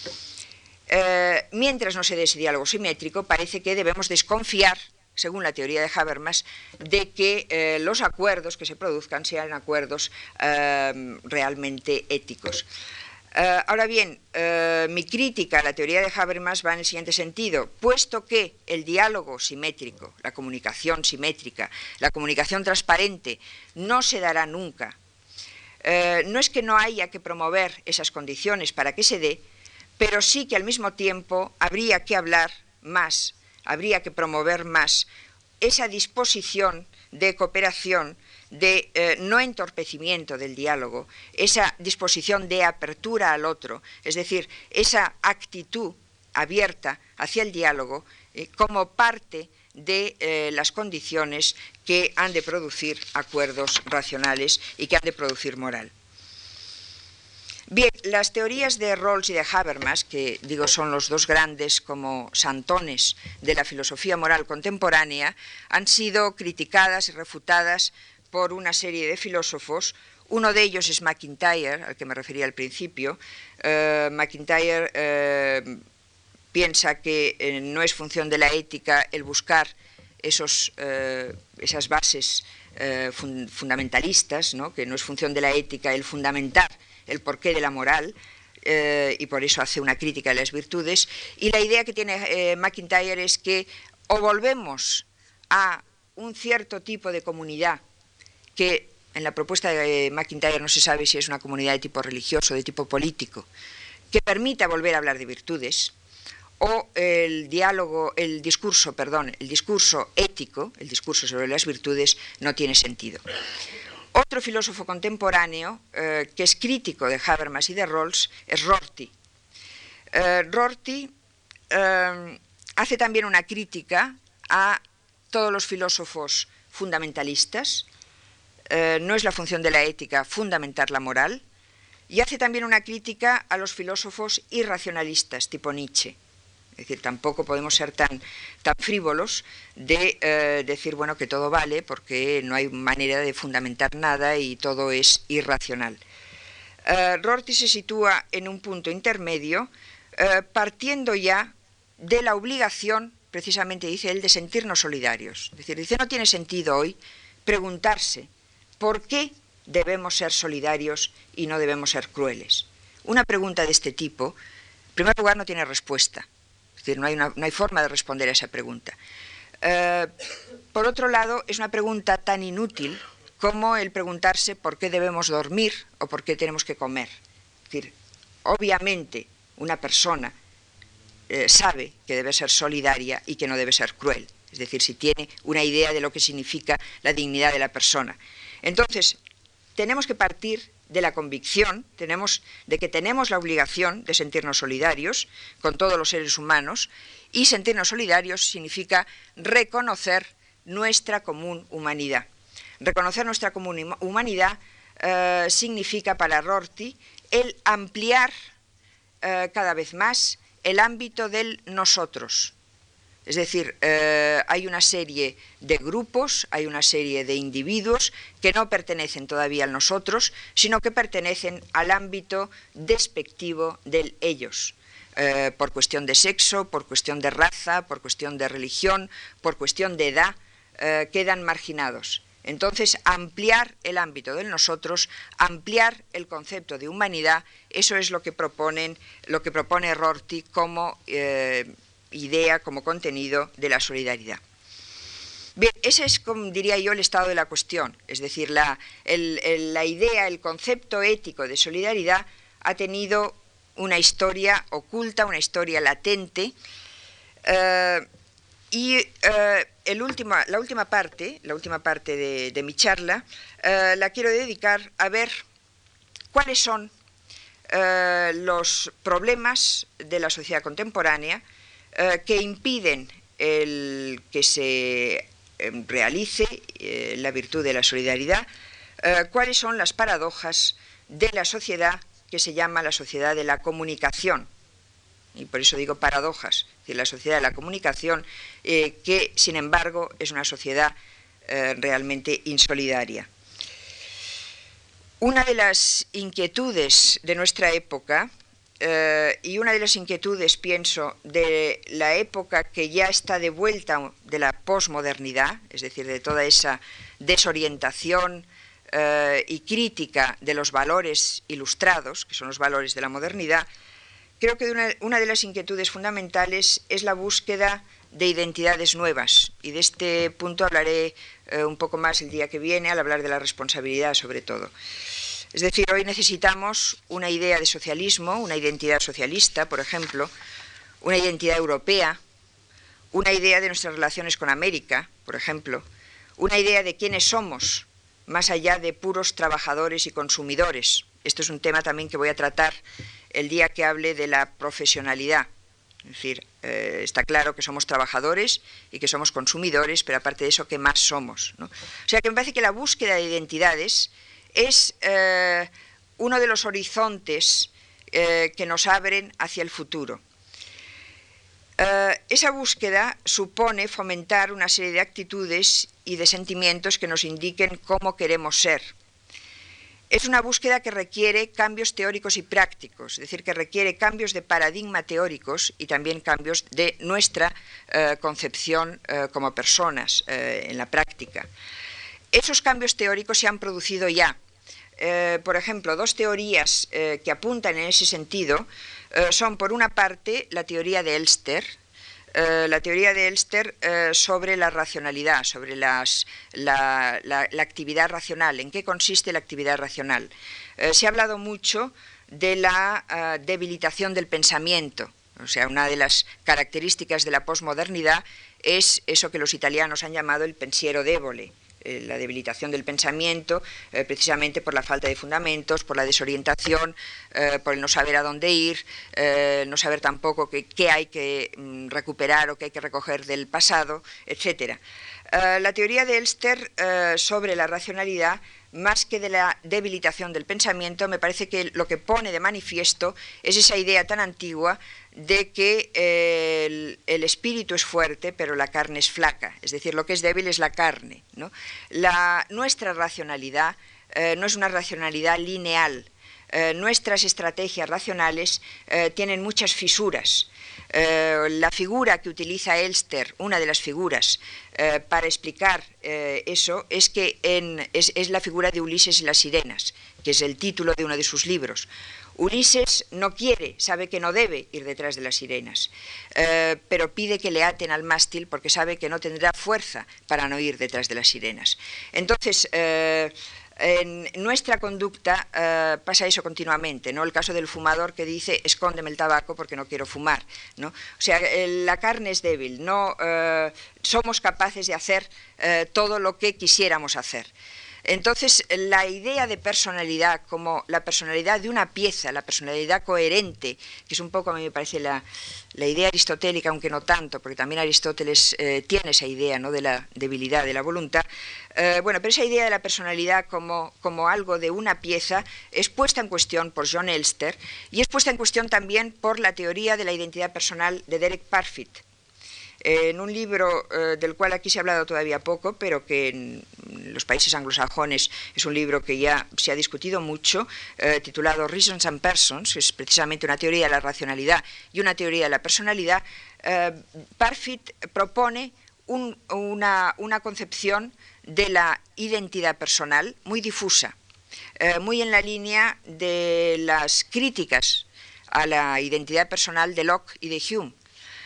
Eh, mientras no se dé ese diálogo simétrico, parece que debemos desconfiar, según la teoría de Habermas, de que eh, los acuerdos que se produzcan sean acuerdos eh, realmente éticos. Eh, ahora bien, eh, mi crítica a la teoría de Habermas va en el siguiente sentido. Puesto que el diálogo simétrico, la comunicación simétrica, la comunicación transparente no se dará nunca, eh, no es que no haya que promover esas condiciones para que se dé, pero sí que al mismo tiempo habría que hablar más, habría que promover más esa disposición de cooperación, de eh, no entorpecimiento del diálogo, esa disposición de apertura al otro, es decir, esa actitud abierta hacia el diálogo eh, como parte de eh, las condiciones que han de producir acuerdos racionales y que han de producir moral. Bien, las teorías de Rawls y de Habermas, que digo son los dos grandes como santones de la filosofía moral contemporánea, han sido criticadas y refutadas por una serie de filósofos. Uno de ellos es MacIntyre, al que me refería al principio. Uh, MacIntyre uh, piensa que eh, no es función de la ética el buscar esos, uh, esas bases uh, fun fundamentalistas, ¿no? Que no es función de la ética el fundamentar el porqué de la moral, eh, y por eso hace una crítica de las virtudes. Y la idea que tiene eh, MacIntyre es que o volvemos a un cierto tipo de comunidad, que en la propuesta de MacIntyre no se sabe si es una comunidad de tipo religioso o de tipo político, que permita volver a hablar de virtudes, o el diálogo, el discurso, perdón, el discurso ético, el discurso sobre las virtudes, no tiene sentido. Otro filósofo contemporáneo eh, que es crítico de Habermas y de Rawls es Rorty. Eh, Rorty eh, hace también una crítica a todos los filósofos fundamentalistas. Eh, no es la función de la ética fundamentar la moral, y hace también una crítica a los filósofos irracionalistas tipo Nietzsche. Es decir, tampoco podemos ser tan, tan frívolos de eh, decir, bueno, que todo vale porque no hay manera de fundamentar nada y todo es irracional. Eh, Rorty se sitúa en un punto intermedio, eh, partiendo ya de la obligación, precisamente dice él, de sentirnos solidarios. Es decir, dice, no tiene sentido hoy preguntarse por qué debemos ser solidarios y no debemos ser crueles. Una pregunta de este tipo, en primer lugar, no tiene respuesta. Es decir, no hay, una, no hay forma de responder a esa pregunta. Eh, por otro lado, es una pregunta tan inútil como el preguntarse por qué debemos dormir o por qué tenemos que comer. Es decir, obviamente una persona eh, sabe que debe ser solidaria y que no debe ser cruel. Es decir, si tiene una idea de lo que significa la dignidad de la persona. Entonces, tenemos que partir de la convicción, tenemos, de que tenemos la obligación de sentirnos solidarios con todos los seres humanos, y sentirnos solidarios significa reconocer nuestra común humanidad. Reconocer nuestra común humanidad eh, significa para Rorty el ampliar eh, cada vez más el ámbito del nosotros. Es decir, eh, hay una serie de grupos, hay una serie de individuos que no pertenecen todavía al nosotros, sino que pertenecen al ámbito despectivo del ellos, eh, por cuestión de sexo, por cuestión de raza, por cuestión de religión, por cuestión de edad, eh, quedan marginados. Entonces, ampliar el ámbito del nosotros, ampliar el concepto de humanidad, eso es lo que proponen, lo que propone Rorty como eh, idea, como contenido de la solidaridad. Bien, ese es, como diría yo, el estado de la cuestión, es decir, la, el, el, la idea, el concepto ético de solidaridad ha tenido una historia oculta, una historia latente, eh, y eh, el último, la última parte, la última parte de, de mi charla, eh, la quiero dedicar a ver cuáles son eh, los problemas de la sociedad contemporánea eh, que impiden el que se eh, realice eh, la virtud de la solidaridad, eh, cuáles son las paradojas de la sociedad que se llama la sociedad de la comunicación, y por eso digo paradojas, es decir, la sociedad de la comunicación, eh, que sin embargo es una sociedad eh, realmente insolidaria. Una de las inquietudes de nuestra época, eh, y una de las inquietudes, pienso, de la época que ya está de vuelta de la posmodernidad, es decir, de toda esa desorientación eh, y crítica de los valores ilustrados, que son los valores de la modernidad, creo que una, una de las inquietudes fundamentales es la búsqueda de identidades nuevas, y de este punto hablaré eh, un poco más el día que viene, al hablar de la responsabilidad sobre todo. Es decir, hoy necesitamos una idea de socialismo, una identidad socialista, por ejemplo, una identidad europea, una idea de nuestras relaciones con América, por ejemplo, una idea de quiénes somos, más allá de puros trabajadores y consumidores. Esto es un tema también que voy a tratar el día que hable de la profesionalidad. Es decir, eh, está claro que somos trabajadores y que somos consumidores, pero aparte de eso, ¿qué más somos?, ¿no? O sea que me parece que la búsqueda de identidades es eh, uno de los horizontes eh, que nos abren hacia el futuro. Eh, esa búsqueda supone fomentar una serie de actitudes y de sentimientos que nos indiquen cómo queremos ser. Es una búsqueda que requiere cambios teóricos y prácticos, es decir, que requiere cambios de paradigma teóricos y también cambios de nuestra eh, concepción eh, como personas eh, en la práctica. Esos cambios teóricos se han producido ya. Eh, por ejemplo, dos teorías eh, que apuntan en ese sentido eh, son, por una parte, la teoría de Elster, eh, la teoría de Elster eh, sobre la racionalidad, sobre las, la, la, la actividad racional, en qué consiste la actividad racional. Eh, se ha hablado mucho de la uh, debilitación del pensamiento, o sea, una de las características de la posmodernidad es eso que los italianos han llamado el pensiero debole, la debilitación del pensamiento, eh, precisamente por la falta de fundamentos, por la desorientación, eh, por el no saber a dónde ir, eh, no saber tampoco qué, qué hay que mm, recuperar o qué hay que recoger del pasado, etcétera. Eh, la teoría de Elster eh, sobre la racionalidad, más que de la debilitación del pensamiento, me parece que lo que pone de manifiesto es esa idea tan antigua de que eh, el, el espíritu es fuerte, pero la carne es flaca. Es decir, lo que es débil es la carne, ¿no? La, nuestra racionalidad eh, no es una racionalidad lineal. Eh, nuestras estrategias racionales eh, tienen muchas fisuras. Eh, la figura que utiliza Elster, una de las figuras eh, para explicar eh, eso, es, que en, es, es la figura de Ulises y las sirenas, que es el título de uno de sus libros. Ulises no quiere, sabe que no debe ir detrás de las sirenas, eh, pero pide que le aten al mástil porque sabe que no tendrá fuerza para no ir detrás de las sirenas. Entonces, eh, en nuestra conducta eh, pasa eso continuamente, ¿no? El caso del fumador que dice, escóndeme el tabaco porque no quiero fumar, ¿no? O sea, el, la carne es débil, no eh, somos capaces de hacer eh, todo lo que quisiéramos hacer. Entonces, la idea de personalidad como la personalidad de una pieza, la personalidad coherente, que es un poco, a mí me parece, la, la idea aristotélica, aunque no tanto, porque también Aristóteles eh, tiene esa idea, ¿no?, de la debilidad de la voluntad. Eh, bueno, pero esa idea de la personalidad como, como algo de una pieza es puesta en cuestión por John Elster y es puesta en cuestión también por la teoría de la identidad personal de Derek Parfit. En un libro eh, del cual aquí se ha hablado todavía poco, pero que en los países anglosajones es un libro que ya se ha discutido mucho, eh, titulado Reasons and Persons, que es precisamente una teoría de la racionalidad y una teoría de la personalidad, eh, Parfit propone un, una, una concepción de la identidad personal muy difusa, eh, muy en la línea de las críticas a la identidad personal de Locke y de Hume.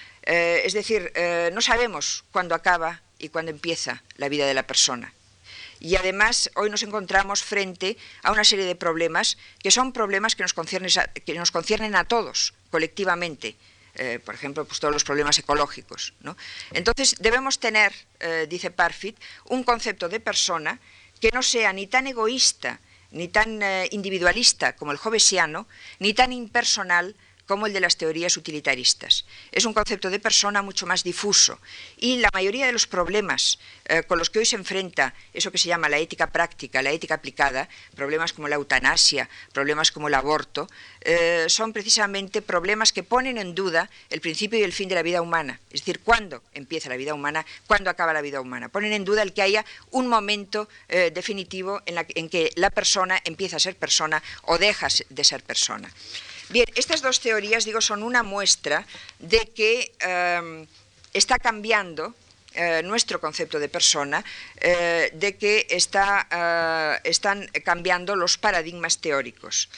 Eh, es decir, eh, no sabemos cuándo acaba y cuándo empieza la vida de la persona. Y además hoy nos encontramos frente a una serie de problemas que son problemas que nos conciernen a, que nos conciernen a todos, colectivamente. Eh, por ejemplo, pues todos los problemas ecológicos, ¿no? Entonces debemos tener, eh, dice Parfit, un concepto de persona que no sea ni tan egoísta, ni tan eh, individualista como el hobbesiano, ni tan impersonal como el de las teorías utilitaristas. Es un concepto de persona mucho más difuso y la mayoría de los problemas eh, con los que hoy se enfrenta eso que se llama la ética práctica, la ética aplicada, problemas como la eutanasia, problemas como el aborto, eh, son precisamente problemas que ponen en duda el principio y el fin de la vida humana. Es decir, cuándo empieza la vida humana, cuándo acaba la vida humana. Ponen en duda el que haya un momento eh, definitivo en, la, en que la persona empieza a ser persona o deja de ser persona. Bien, estas dos teorías, digo, son una muestra de que eh, está cambiando eh, nuestro concepto de persona, eh, de que está, eh, están cambiando los paradigmas teóricos.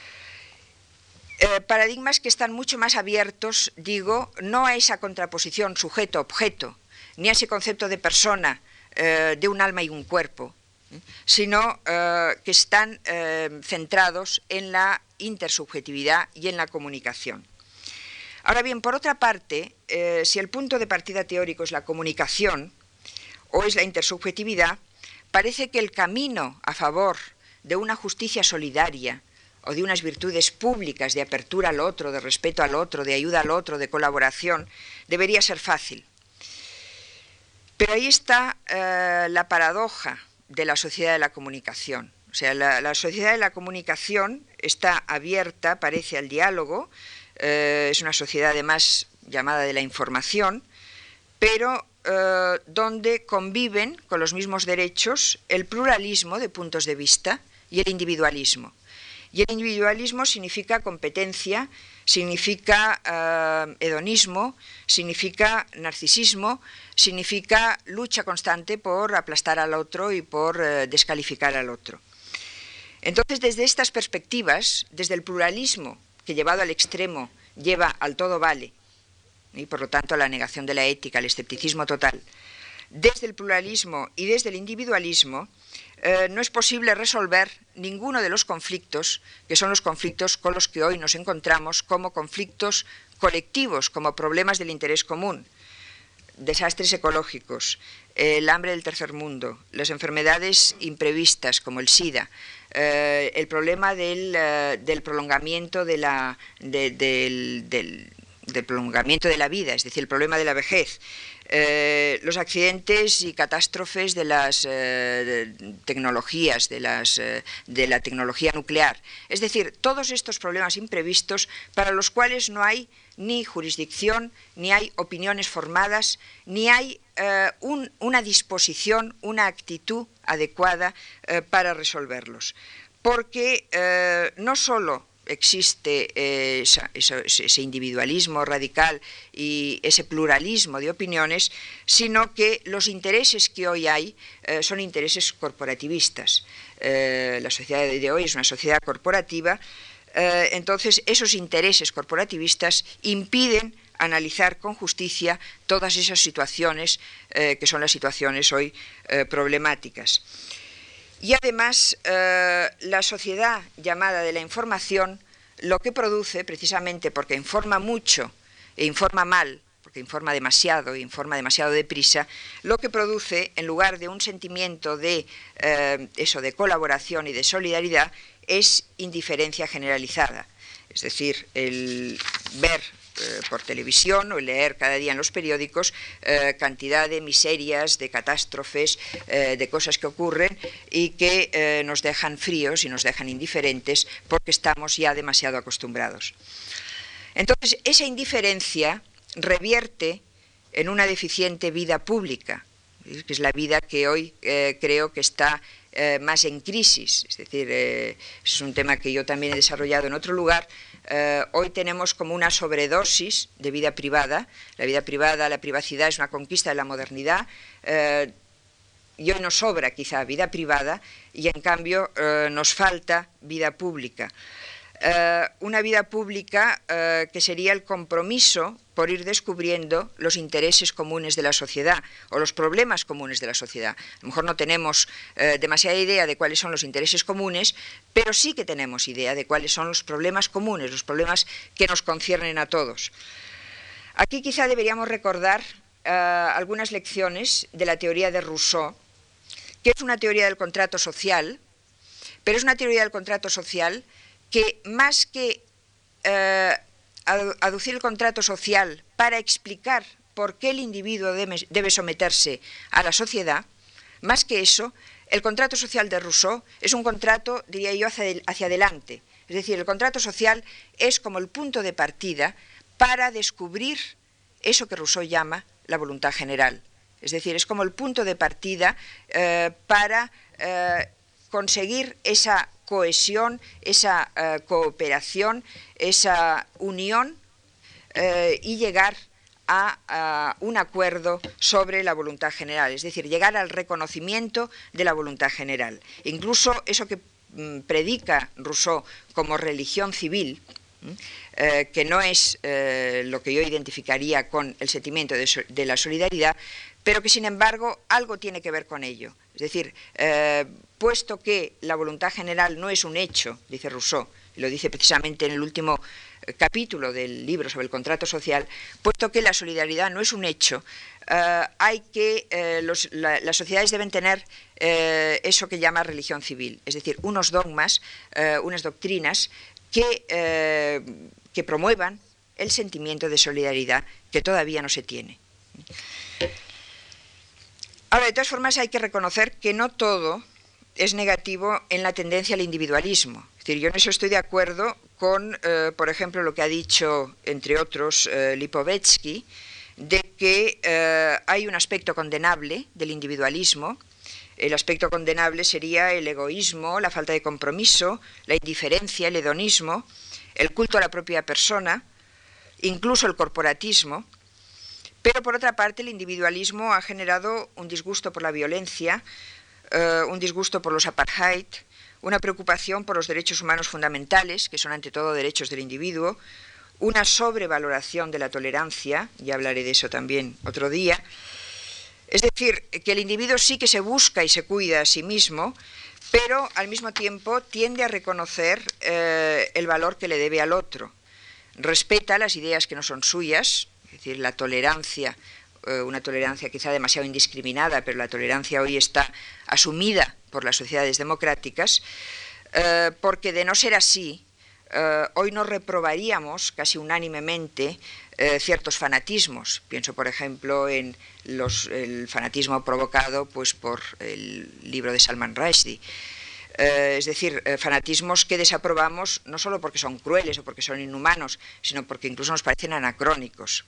Eh, paradigmas que están mucho más abiertos, digo, no a esa contraposición sujeto-objeto, ni a ese concepto de persona, eh, de un alma y un cuerpo, sino eh, que están eh, centrados en la intersubjetividad y en la comunicación. Ahora bien, por otra parte, eh, si el punto de partida teórico es la comunicación o es la intersubjetividad, parece que el camino a favor de una justicia solidaria o de unas virtudes públicas de apertura al otro, de respeto al otro, de ayuda al otro, de colaboración, debería ser fácil. Pero ahí está eh, la paradoja de la sociedad de la comunicación. O sea, la, la sociedad de la comunicación está abierta, parece, al diálogo, eh, es una sociedad además llamada de la información, pero eh, donde conviven con los mismos derechos el pluralismo de puntos de vista y el individualismo. Y el individualismo significa competencia, significa eh, hedonismo, significa narcisismo, significa lucha constante por aplastar al otro y por eh, descalificar al otro. Entonces, desde estas perspectivas, desde el pluralismo que llevado al extremo lleva al todo vale, y por lo tanto a la negación de la ética, al escepticismo total, desde el pluralismo y desde el individualismo, eh, no es posible resolver ninguno de los conflictos, que son los conflictos con los que hoy nos encontramos como conflictos colectivos, como problemas del interés común, desastres ecológicos, el hambre del tercer mundo, las enfermedades imprevistas como el SIDA, eh, el problema del, uh, del prolongamiento de la, de, del, del, del prolongamiento de la vida, es decir, el problema de la vejez, eh, los accidentes y catástrofes de las eh, de tecnologías, de, las, eh, de la tecnología nuclear, es decir, todos estos problemas imprevistos para los cuales no hay ni jurisdicción, ni hay opiniones formadas, ni hay eh, un, una disposición, una actitud adecuada eh, para resolverlos. Porque eh, no solo existe eh, esa, esa, ese individualismo radical y ese pluralismo de opiniones, sino que los intereses que hoy hay eh, son intereses corporativistas. Eh, la sociedad de hoy es una sociedad corporativa. Eh, entonces, esos intereses corporativistas impiden analizar con justicia todas esas situaciones eh, que son las situaciones hoy eh, problemáticas. Y además, eh, la sociedad llamada de la información lo que produce, precisamente porque informa mucho e informa mal, porque informa demasiado e informa demasiado deprisa, lo que produce, en lugar de un sentimiento de, eh, eso, de colaboración y de solidaridad, es indiferencia generalizada. Es decir, el ver eh, por televisión o el leer cada día en los periódicos eh, cantidad de miserias, de catástrofes, eh, de cosas que ocurren y que eh, nos dejan fríos y nos dejan indiferentes porque estamos ya demasiado acostumbrados. Entonces, esa indiferencia revierte en una deficiente vida pública, que es la vida que hoy eh, creo que está eh, más en crisis. Es decir, eh, es un tema que yo también he desarrollado en otro lugar. Eh, hoy tenemos como una sobredosis de vida privada. La vida privada, la privacidad es una conquista de la modernidad. Eh, y hoy nos sobra quizá vida privada y en cambio eh, nos falta vida pública. eh, una vida pública eh, que sería el compromiso por ir descubriendo los intereses comunes de la sociedad o los problemas comunes de la sociedad. A lo mejor no tenemos eh, demasiada idea de cuáles son los intereses comunes, pero sí que tenemos idea de cuáles son los problemas comunes, los problemas que nos conciernen a todos. Aquí quizá deberíamos recordar eh, algunas lecciones de la teoría de Rousseau, que es una teoría del contrato social, pero es una teoría del contrato social que más que eh, aducir el contrato social para explicar por qué el individuo debe, debe someterse a la sociedad, más que eso, el contrato social de Rousseau es un contrato, diría yo, hacia, hacia adelante. Es decir, el contrato social es como el punto de partida para descubrir eso que Rousseau llama la voluntad general. Es decir, es como el punto de partida eh, para eh, conseguir esa cohesión, esa eh, cooperación, esa unión eh, y llegar a, a un acuerdo sobre la voluntad general, es decir, llegar al reconocimiento de la voluntad general. Incluso eso que mm, predica Rousseau como religión civil, eh, que no es eh, lo que yo identificaría con el sentimiento de, so de la solidaridad, pero que sin embargo algo tiene que ver con ello. Es decir, eh, puesto que la voluntad general no es un hecho, dice Rousseau, y lo dice precisamente en el último capítulo del libro sobre el contrato social, puesto que la solidaridad no es un hecho, eh, hay que, eh, los, la, las sociedades deben tener eh, eso que llama religión civil, es decir, unos dogmas, eh, unas doctrinas que, eh, que promuevan el sentimiento de solidaridad que todavía no se tiene. Ahora, de todas formas, hay que reconocer que no todo es negativo en la tendencia al individualismo. Es decir, yo en eso estoy de acuerdo con, eh, por ejemplo, lo que ha dicho, entre otros, eh, Lipovetsky, de que eh, hay un aspecto condenable del individualismo. El aspecto condenable sería el egoísmo, la falta de compromiso, la indiferencia, el hedonismo, el culto a la propia persona, incluso el corporatismo. Pero, por otra parte, el individualismo ha generado un disgusto por la violencia, eh, un disgusto por los apartheid, una preocupación por los derechos humanos fundamentales, que son ante todo derechos del individuo, una sobrevaloración de la tolerancia, ya hablaré de eso también otro día. Es decir, que el individuo sí que se busca y se cuida a sí mismo, pero al mismo tiempo tiende a reconocer eh, el valor que le debe al otro. Respeta las ideas que no son suyas, es decir, la tolerancia, eh, una tolerancia quizá demasiado indiscriminada, pero la tolerancia hoy está asumida por las sociedades democráticas, eh, porque de no ser así, eh, hoy nos reprobaríamos casi unánimemente eh, ciertos fanatismos. Pienso, por ejemplo, en los, el fanatismo provocado pues, por el libro de Salman Rushdie. Eh, es decir, eh, fanatismos que desaprobamos no solo porque son crueles o porque son inhumanos, sino porque incluso nos parecen anacrónicos.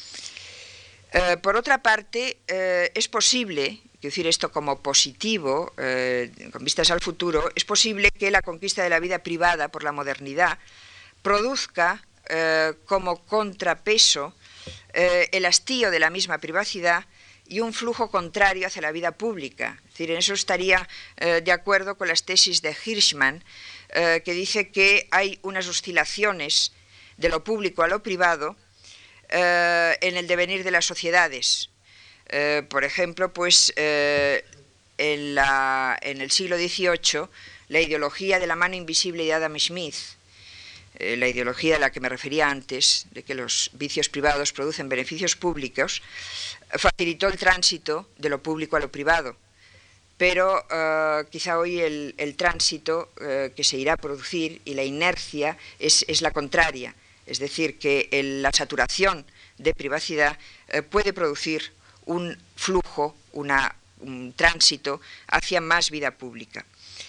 Eh, por otra parte, eh, es posible, quiero decir esto como positivo, eh, con vistas al futuro, es posible que la conquista de la vida privada por la modernidad produzca eh, como contrapeso eh, el hastío de la misma privacidad y un flujo contrario hacia la vida pública. Es decir, en eso estaría eh, de acuerdo con las tesis de Hirschman, eh, que dice que hay unas oscilaciones de lo público a lo privado eh, en el devenir de las sociedades. Eh, por ejemplo, pues eh, en, la, en el siglo dieciocho, la ideología de la mano invisible de Adam Smith, eh, la ideología a la que me refería antes, de que los vicios privados producen beneficios públicos, facilitó el tránsito de lo público a lo privado. Pero uh, quizá hoy el, el tránsito uh, que se irá a producir y la inercia es, es la contraria. Es decir, que el, la saturación de privacidad uh, puede producir un flujo, una, un tránsito hacia más vida pública.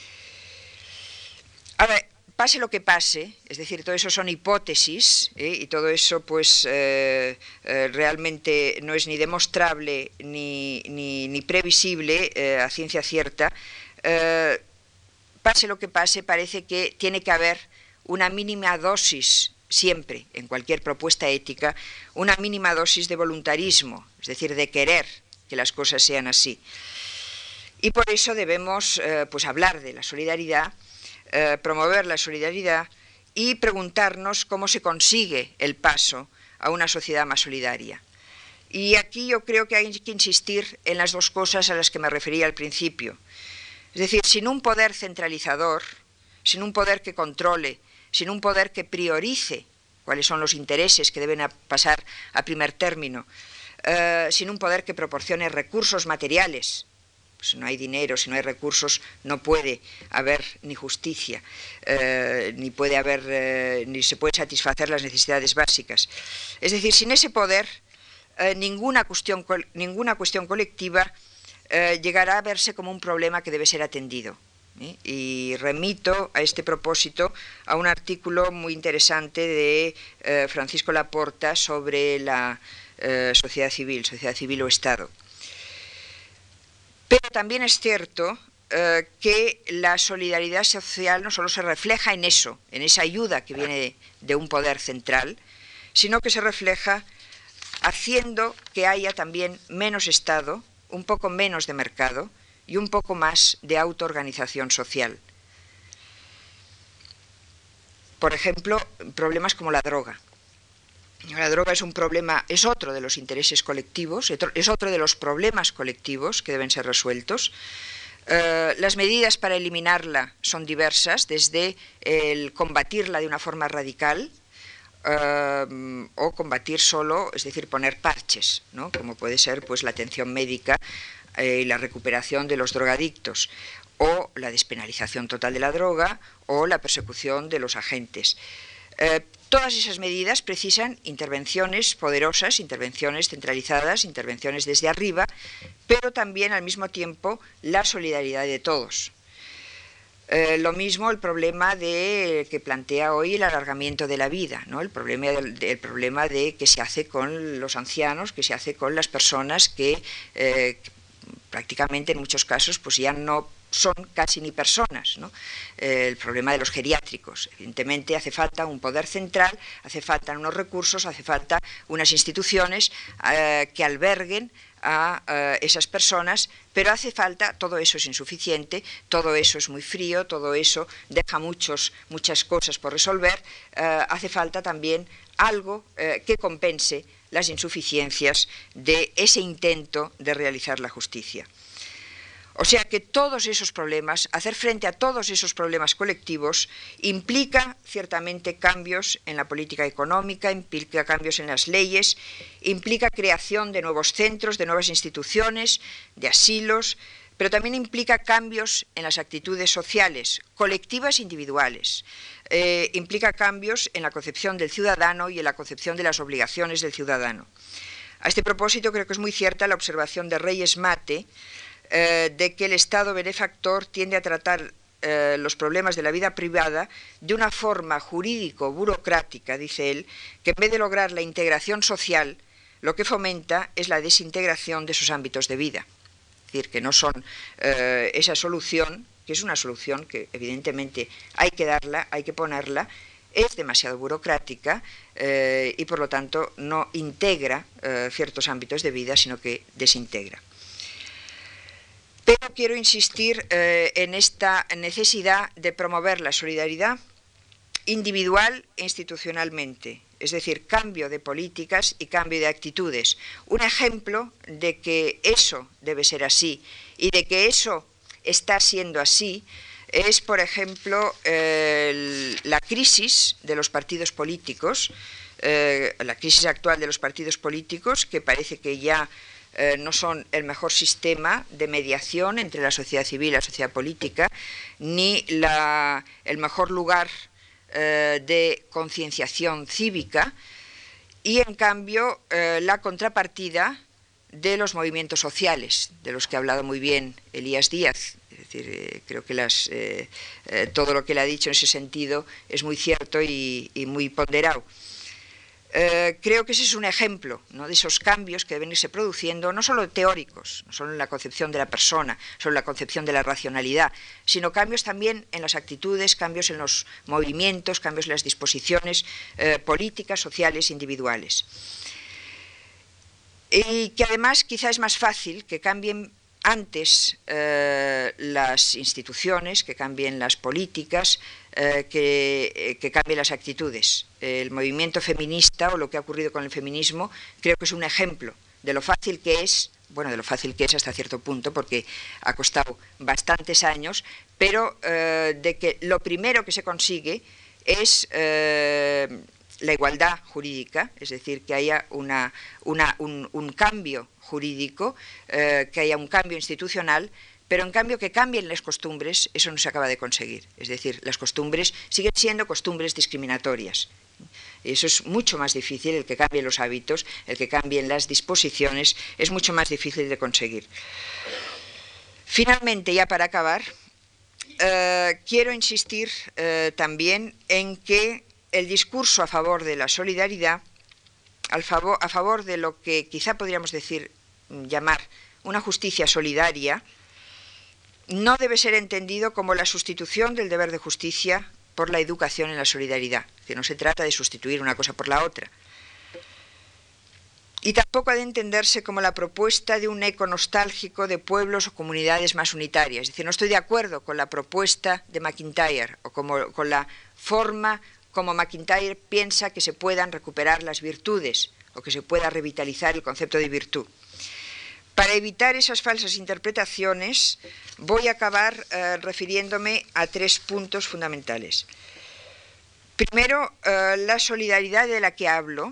Ahora, pase lo que pase, es decir, todo eso son hipótesis, ¿eh? Y todo eso pues eh, eh, realmente no es ni demostrable ni, ni, ni previsible eh, a ciencia cierta. Eh, pase lo que pase, parece que tiene que haber una mínima dosis, siempre, en cualquier propuesta ética, una mínima dosis de voluntarismo, es decir, de querer que las cosas sean así. Y por eso debemos eh, pues hablar de la solidaridad, Eh, promover la solidaridad y preguntarnos cómo se consigue el paso a una sociedad más solidaria. Y aquí yo creo que hay que insistir en las dos cosas a las que me refería al principio. Es decir, sin un poder centralizador, sin un poder que controle, sin un poder que priorice cuáles son los intereses que deben pasar a primer término, eh, sin un poder que proporcione recursos materiales. Si no hay dinero, si no hay recursos, no puede haber ni justicia, eh, ni puede haber, eh, ni se puede satisfacer las necesidades básicas. Es decir, sin ese poder, eh, ninguna cuestión, ninguna cuestión colectiva eh, llegará a verse como un problema que debe ser atendido. ¿eh? Y remito a este propósito a un artículo muy interesante de eh, Francisco Laporta sobre la eh, sociedad civil, sociedad civil o Estado. Pero también es cierto eh, que la solidaridad social no solo se refleja en eso, en esa ayuda que viene de, de un poder central, sino que se refleja haciendo que haya también menos Estado, un poco menos de mercado y un poco más de autoorganización social. Por ejemplo, problemas como la droga. La droga es un problema, es otro de los intereses colectivos, es otro de los problemas colectivos que deben ser resueltos. Eh, las medidas para eliminarla son diversas, desde el combatirla de una forma radical eh, o combatir solo, es decir, poner parches, ¿no? Como puede ser pues, la atención médica eh, y la recuperación de los drogadictos, o la despenalización total de la droga, o la persecución de los agentes. Eh, todas esas medidas precisan intervenciones poderosas, intervenciones centralizadas, intervenciones desde arriba, pero también al mismo tiempo la solidaridad de todos. Eh, lo mismo el problema de, que plantea hoy el alargamiento de la vida, ¿no? el, problema de, el problema de qué se hace con los ancianos, qué se hace con las personas que, eh, que prácticamente en muchos casos pues ya no son casi ni personas, ¿no? Eh, el problema de los geriátricos. Evidentemente hace falta un poder central, hace falta unos recursos, hace falta unas instituciones eh, que alberguen a eh, esas personas, pero hace falta, todo eso es insuficiente, todo eso es muy frío, todo eso deja muchos, muchas cosas por resolver, eh, hace falta también algo eh, que compense las insuficiencias de ese intento de realizar la justicia. O sea que todos esos problemas, hacer frente a todos esos problemas colectivos, implica ciertamente cambios en la política económica, implica cambios en las leyes, implica creación de nuevos centros, de nuevas instituciones, de asilos, pero también implica cambios en las actitudes sociales, colectivas e individuales. Eh, implica cambios en la concepción del ciudadano y en la concepción de las obligaciones del ciudadano. A este propósito creo que es muy cierta la observación de Reyes Mate, Eh, de que el Estado benefactor tiende a tratar eh, los problemas de la vida privada de una forma jurídico-burocrática, dice él, que en vez de lograr la integración social, lo que fomenta es la desintegración de sus ámbitos de vida. Es decir, que no son eh, esa solución, que es una solución que evidentemente hay que darla, hay que ponerla, es demasiado burocrática eh, y por lo tanto no integra eh, ciertos ámbitos de vida, sino que desintegra. Pero quiero insistir eh, en esta necesidad de promover la solidaridad individual e institucionalmente, es decir, cambio de políticas y cambio de actitudes. Un ejemplo de que eso debe ser así y de que eso está siendo así es, por ejemplo, eh, la crisis de los partidos políticos, eh, la crisis actual de los partidos políticos, que parece que ya Eh, no son el mejor sistema de mediación entre la sociedad civil y la sociedad política, ni la, el mejor lugar eh, de concienciación cívica, y en cambio eh, la contrapartida de los movimientos sociales, de los que ha hablado muy bien Elías Díaz. Es decir, eh, creo que las, eh, eh, todo lo que él ha dicho en ese sentido es muy cierto y, y muy ponderado. Eh, creo que ese es un ejemplo, ¿no?, de esos cambios que deben irse produciendo, no solo teóricos, no solo en la concepción de la persona, solo en la concepción de la racionalidad, sino cambios también en las actitudes, cambios en los movimientos, cambios en las disposiciones eh, políticas, sociales, individuales. Y que además quizá es más fácil que cambien antes eh, las instituciones, que cambien las políticas, eh, que, que cambien las actitudes. El movimiento feminista, o lo que ha ocurrido con el feminismo, creo que es un ejemplo de lo fácil que es, bueno, de lo fácil que es hasta cierto punto, porque ha costado bastantes años, pero eh, de que lo primero que se consigue es eh, la igualdad jurídica, es decir, que haya una, una, un, un cambio jurídico, eh, que haya un cambio institucional, pero en cambio que cambien las costumbres, eso no se acaba de conseguir. Es decir, las costumbres siguen siendo costumbres discriminatorias. Y eso es mucho más difícil, el que cambien los hábitos, el que cambien las disposiciones, es mucho más difícil de conseguir. Finalmente, ya para acabar, eh, quiero insistir eh, también en que el discurso a favor de la solidaridad, al favor, a favor de lo que quizá podríamos decir, llamar una justicia solidaria, no debe ser entendido como la sustitución del deber de justicia por la educación en la solidaridad, que no se trata de sustituir una cosa por la otra. Y tampoco ha de entenderse como la propuesta de un eco nostálgico de pueblos o comunidades más unitarias. Es decir, no estoy de acuerdo con la propuesta de MacIntyre o como, con la forma como MacIntyre piensa que se puedan recuperar las virtudes o que se pueda revitalizar el concepto de virtud. Para evitar esas falsas interpretaciones, voy a acabar eh, refiriéndome a tres puntos fundamentales. Primero, eh, la solidaridad de la que hablo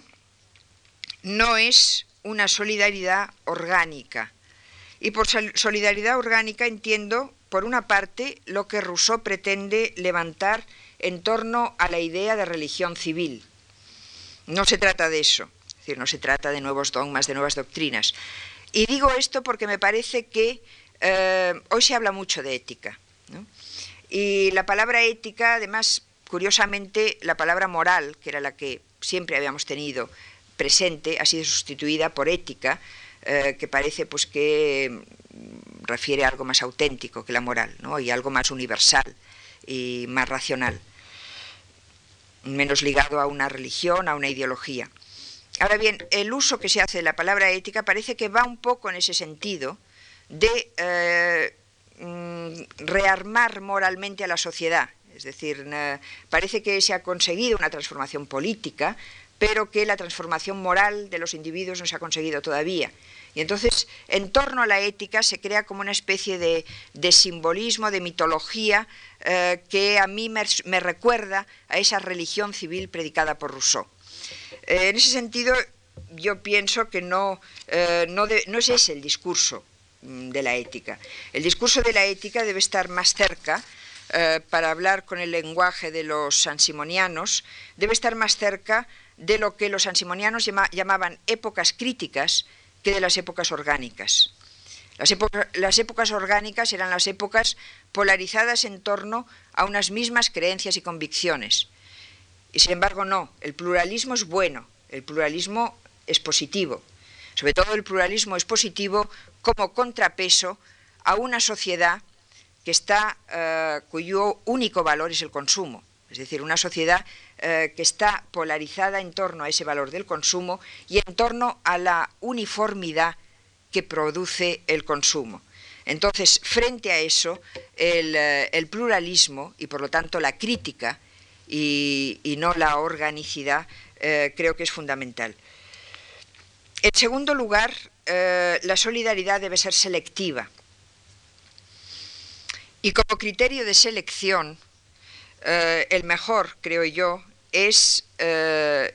no es una solidaridad orgánica. Y por solidaridad orgánica entiendo, por una parte, lo que Rousseau pretende levantar en torno a la idea de religión civil. No se trata de eso, es decir, no se trata de nuevos dogmas, de nuevas doctrinas. Y digo esto porque me parece que eh, hoy se habla mucho de ética, ¿no? Y la palabra ética, además, curiosamente, la palabra moral, que era la que siempre habíamos tenido presente, ha sido sustituida por ética, eh, que parece pues que refiere a algo más auténtico que la moral, ¿no? Y algo más universal y más racional, menos ligado a una religión, a una ideología. Ahora bien, el uso que se hace de la palabra ética parece que va un poco en ese sentido de eh, rearmar moralmente a la sociedad. Es decir, eh, parece que se ha conseguido una transformación política, pero que la transformación moral de los individuos no se ha conseguido todavía. Y entonces, en torno a la ética se crea como una especie de, de simbolismo, de mitología, eh, que a mí me, me recuerda a esa religión civil predicada por Rousseau. Eh, en ese sentido, yo pienso que no, eh, no, de, no es ese el discurso mm, de la ética. El discurso de la ética debe estar más cerca, eh, para hablar con el lenguaje de los sansimonianos, debe estar más cerca de lo que los sansimonianos llama, llamaban épocas críticas que de las épocas orgánicas. Las, época, las épocas orgánicas eran las épocas polarizadas en torno a unas mismas creencias y convicciones. Y sin embargo no, el pluralismo es bueno, el pluralismo es positivo. Sobre todo el pluralismo es positivo como contrapeso a una sociedad que está, eh, cuyo único valor es el consumo. Es decir, una sociedad eh, que está polarizada en torno a ese valor del consumo y en torno a la uniformidad que produce el consumo. Entonces, frente a eso, el, eh, el pluralismo y por lo tanto la crítica y, y no la organicidad, eh, creo que es fundamental. En segundo lugar, eh, la solidaridad debe ser selectiva. Y como criterio de selección, eh, el mejor, creo yo, es, eh,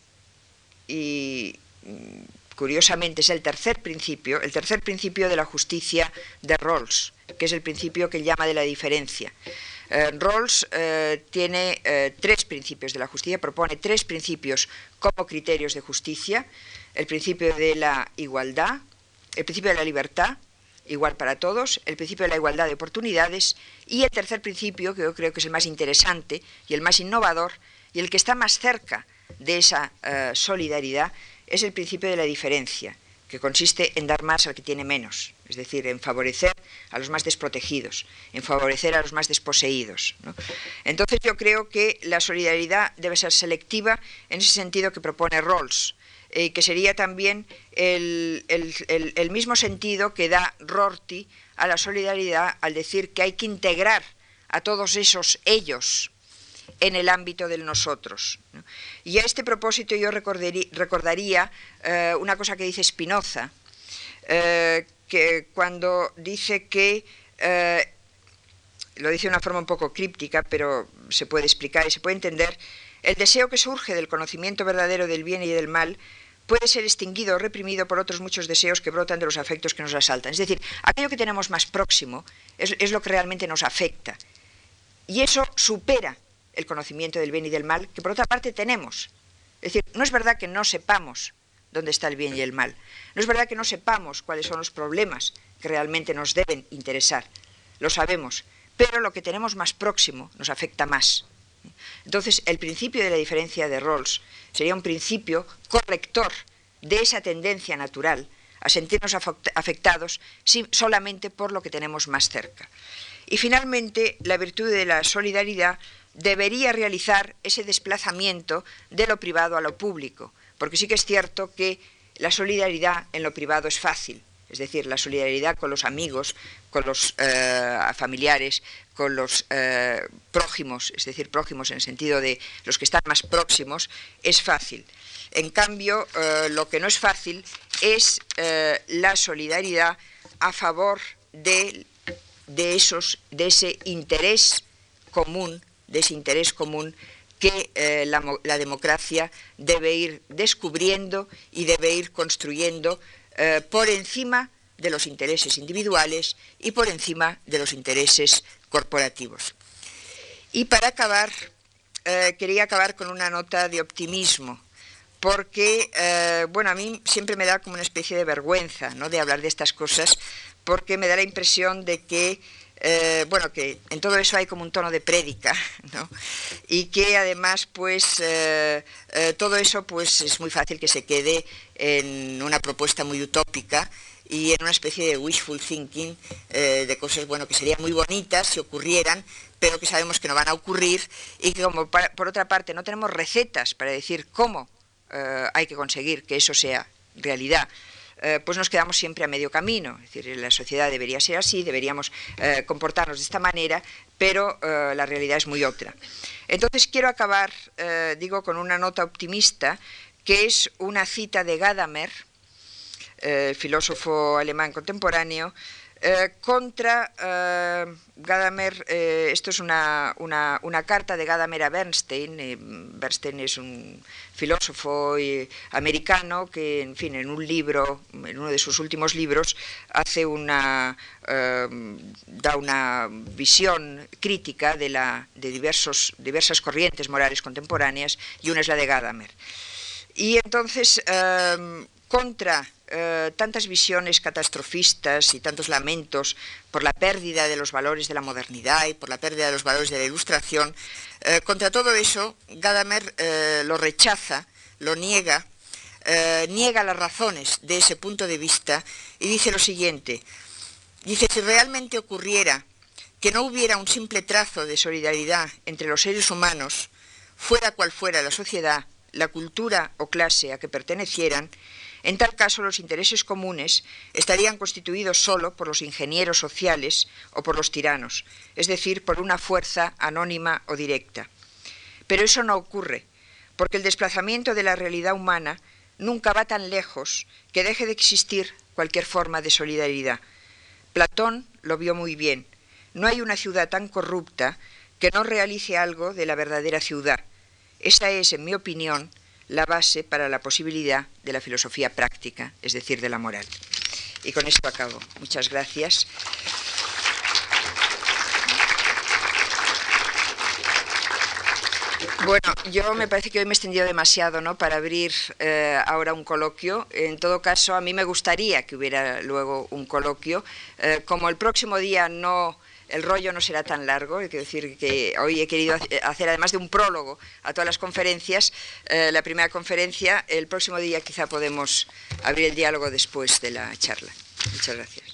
y curiosamente es el tercer principio, el tercer principio de la justicia de Rawls, que es el principio que él llama de la diferencia. Eh, Rawls eh, tiene eh, tres principios de la justicia, propone tres principios como criterios de justicia: el principio de la igualdad, el principio de la libertad, igual para todos, el principio de la igualdad de oportunidades, y el tercer principio, que yo creo que es el más interesante y el más innovador y el que está más cerca de esa uh, solidaridad, es el principio de la diferencia, que consiste en dar más al que tiene menos, es decir, en favorecer a los más desprotegidos, en favorecer a los más desposeídos, ¿no? Entonces yo creo que la solidaridad debe ser selectiva en ese sentido que propone Rawls. eh, que sería también el, el, el, el mismo sentido que da Rorty a la solidaridad al decir que hay que integrar a todos esos ellos en el ámbito del nosotros, ¿no? Y a este propósito yo recordaría, recordaría eh, una cosa que dice Spinoza, eh, que cuando dice que, eh, lo dice de una forma un poco críptica, pero se puede explicar y se puede entender, el deseo que surge del conocimiento verdadero del bien y del mal puede ser extinguido o reprimido por otros muchos deseos que brotan de los afectos que nos asaltan. Es decir, aquello que tenemos más próximo es, es lo que realmente nos afecta. Y eso supera el conocimiento del bien y del mal, que por otra parte tenemos. Es decir, no es verdad que no sepamos dónde está el bien y el mal. No es verdad que no sepamos cuáles son los problemas que realmente nos deben interesar. Lo sabemos, pero lo que tenemos más próximo nos afecta más. Entonces, el principio de la diferencia de Rawls sería un principio corrector de esa tendencia natural a sentirnos afectados solamente por lo que tenemos más cerca. Y finalmente, la virtud de la solidaridad debería realizar ese desplazamiento de lo privado a lo público, porque sí que es cierto que la solidaridad en lo privado es fácil, es decir, la solidaridad con los amigos, con los eh, familiares, con los eh, prójimos, es decir, prójimos en el sentido de los que están más próximos, es fácil. En cambio, eh, lo que no es fácil es eh, la solidaridad a favor de, de, esos, de ese interés común, de ese interés común que eh, la, la democracia debe ir descubriendo y debe ir construyendo eh, por encima de los intereses individuales y por encima de los intereses corporativos. Y para acabar, eh, quería acabar con una nota de optimismo, porque, eh, bueno, a mí siempre me da como una especie de vergüenza, ¿no?, de hablar de estas cosas, porque me da la impresión de que Eh, bueno, que en todo eso hay como un tono de prédica, ¿no? Y que además, pues, eh, eh, todo eso, pues, es muy fácil que se quede en una propuesta muy utópica y en una especie de wishful thinking, eh, de cosas, bueno, que serían muy bonitas si ocurrieran, pero que sabemos que no van a ocurrir y que, como para, por otra parte, no tenemos recetas para decir cómo eh, hay que conseguir que eso sea realidad. Eh, pues nos quedamos siempre a medio camino. Es decir, la sociedad debería ser así, deberíamos eh, comportarnos de esta manera, pero eh, la realidad es muy otra. Entonces quiero acabar, eh, digo, con una nota optimista, que es una cita de Gadamer, eh, filósofo alemán contemporáneo, eh, contra eh, Gadamer. Eh, esto es una, una, una carta de Gadamer a Bernstein. Eh, Bernstein es un filósofo eh, americano que, en fin, en un libro, en uno de sus últimos libros, hace una, eh, da una visión crítica de, la, de diversos, diversas corrientes morales contemporáneas, y una es la de Gadamer. Y entonces, eh, contra eh, tantas visiones catastrofistas y tantos lamentos por la pérdida de los valores de la modernidad y por la pérdida de los valores de la Ilustración, eh, contra todo eso, Gadamer eh, lo rechaza, lo niega, eh, niega las razones de ese punto de vista y dice lo siguiente, dice, si realmente ocurriera que no hubiera un simple trazo de solidaridad entre los seres humanos, fuera cual fuera la sociedad, la cultura o clase a que pertenecieran, en tal caso los intereses comunes estarían constituidos solo por los ingenieros sociales o por los tiranos, es decir, por una fuerza anónima o directa. Pero eso no ocurre, porque el desplazamiento de la realidad humana nunca va tan lejos que deje de existir cualquier forma de solidaridad. Platón lo vio muy bien. No hay una ciudad tan corrupta que no realice algo de la verdadera ciudad. Esa es, en mi opinión, la base para la posibilidad de la filosofía práctica, es decir, de la moral. Y con esto acabo. Muchas gracias. Bueno, yo me parece que hoy me he extendido demasiado, ¿no?, para abrir eh, ahora un coloquio. En todo caso, a mí me gustaría que hubiera luego un coloquio. Eh, como el próximo día no... el rollo no será tan largo, hay que decir que hoy he querido hacer, además de un prólogo a todas las conferencias, eh, la primera conferencia, el próximo día quizá podemos abrir el diálogo después de la charla. Muchas gracias.